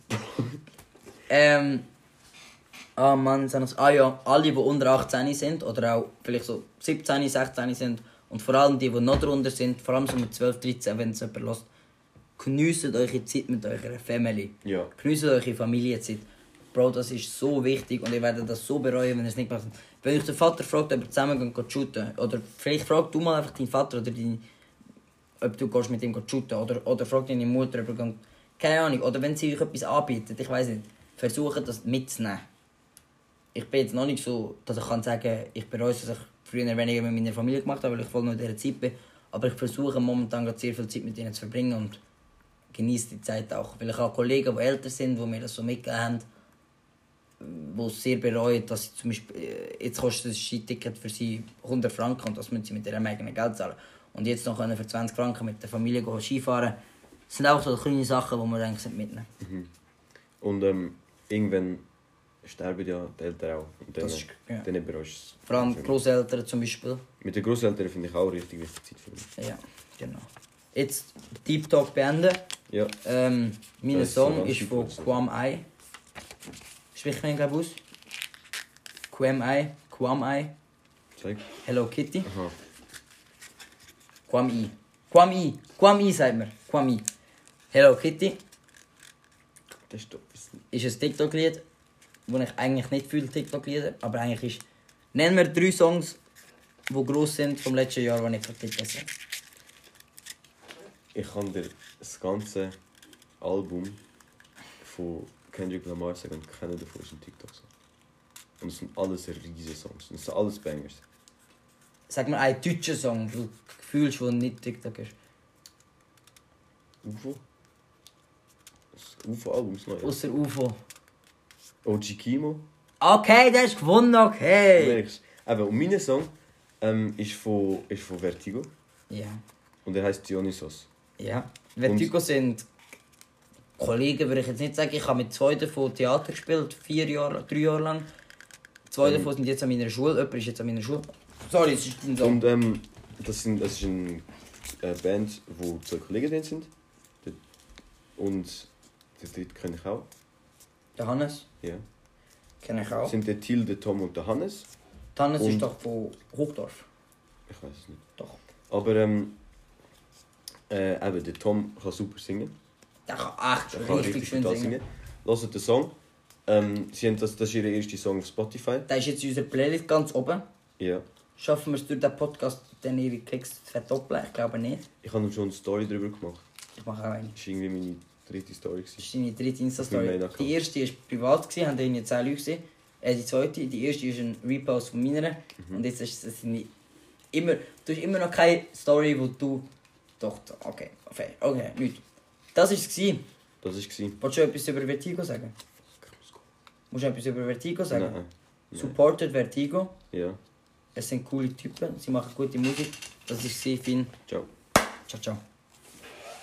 ähm... Ah Mann, sind das, ah ja, alle, die unter achtzehn sind, oder auch vielleicht so siebzehn, sechzehn sind, und vor allem die, die noch drunter sind, vor allem so mit zwölf, dreizehn, wenn es jemand hört, geniesst eure Zeit mit eurer Family. Ja. Geniesst eure Familienzeit. Bro, das ist so wichtig und ihr werdet das so bereuen, wenn ihr es nicht macht. Wenn euch der Vater fragt, ob ihr zusammen gehen, gehen shooten, oder vielleicht fragt du mal einfach deinen Vater oder deine, ob du gehst mit ihm gehen shooten, oder, oder fragt deine Mutter, ob ihr geht, keine Ahnung, oder wenn sie euch etwas anbietet, ich weiß nicht, versucht das mitzunehmen. Ich bin jetzt noch nicht so, dass ich kann sagen, ich bereue es, dass ich früher weniger mit meiner Familie gemacht habe, weil ich voll noch in dieser Zeit bin. Aber ich versuche momentan gerade sehr viel Zeit mit ihnen zu verbringen und genieße die Zeit auch. Weil ich habe Kollegen, die älter sind, die mir das so mitgegeben haben, die es sehr bereuen, dass sie zum Beispiel, äh, jetzt kostet das Skiticket für sie hundert Franken und das müssen sie mit ihrem eigenen Geld zahlen. Und jetzt noch können für zwanzig Franken mit der Familie gehen Skifahren. Das sind auch so kleine Sachen, die man eigentlich mitnehmen. Mhm. Und ähm, irgendwann sterben ja die Eltern auch. Und dann, Das ist- ja. dann bereust du es. Vor allem Großeltern zum Beispiel. Mit den Grosseltern finde ich auch richtig wichtig Zeit für mich. Ja, genau. Jetzt Deep Talk beenden. Ja. Ähm, mein Das ist so Song ganz ist von super. Quam Ai. Spricht man ihn glaube ich aus? Quam Ai. Quam Ai. Zeig. Hello Kitty. Aha. Quam I. Quam I. Quam I sagt man. Quam I. Hello Kitty Das ist doch ein bisschen... ist ein TikTok-Lied, das ich eigentlich nicht viele TikTok-Lieder, aber eigentlich ist... Nennen wir drei Songs, die gross sind vom letzten Jahr, die ich von TikTok habe. Ich kann dir das ganze Album von Kendrick Lamar sagen und keiner davon ist ein TikTok-Song. Und es sind alles riesige Songs. Und es sind alles Bangers. Sag mir einen deutschen Song, den du fühlst, der nicht TikTok ist. U F O? Das U F O-Album ist neu. Außer U F O. O G Kimo. Okay, der ist gewonnen, Du okay! merkst. Eben, und mein Song ähm, ist, von, ist von Vertigo. Ja. Und er heißt Dionysos. Ja. Vertigo sind Kollegen, würde ich jetzt nicht sagen. Ich habe mit zwei davon Theater gespielt, vier Jahre, drei Jahre lang. Zwei Ähm. davon sind jetzt an meiner Schule, jemand ist jetzt an meiner Schule. Sorry, es ist ein Song. Und ähm, das, sind, das ist eine äh, Band, wo zwei Kollegen drin sind. Und den dritten kenne ich auch. Der Hannes, Ja. kenne ich Das auch. sind der Till, der Tom und der Hannes. Der Hannes Und- ist doch von Hochdorf. Ich weiß es nicht. Doch. Aber ähm, äh, eben, der Tom kann super singen. Der kann echt Er kann richtig, richtig schön gut singen. singen. Hört den Song. Ähm, sie haben das, das ist ihr erster Song auf Spotify. Der ist jetzt in unserer Playlist ganz oben. Ja. Schaffen wir es durch den Podcast, dann ihre Klicks zu verdoppeln? Ich glaube nicht. Ich habe schon eine Story darüber gemacht. Ich mache auch eine. Das war irgendwie meine dritte Story. Das ist deine dritte Insta-Story. Mit meinem Account. Die erste war privat, gewesen, haben irgendwie zehn Leute gesehen. Äh, die zweite, die erste ist ein Repost von meiner. Mhm. Und jetzt ist es nicht immer, du hast immer noch keine Story, wo du... Doch, okay, okay, okay, nichts. Das war es. gewesen. Das war es. Wolltest du etwas über Vertigo sagen? Musst du etwas über Vertigo sagen? Nein. Nein. Supportet Vertigo. Ja. Es sind coole Typen, sie machen gute Musik. Das ist sehr Finn. Ciao. Ciao, ciao.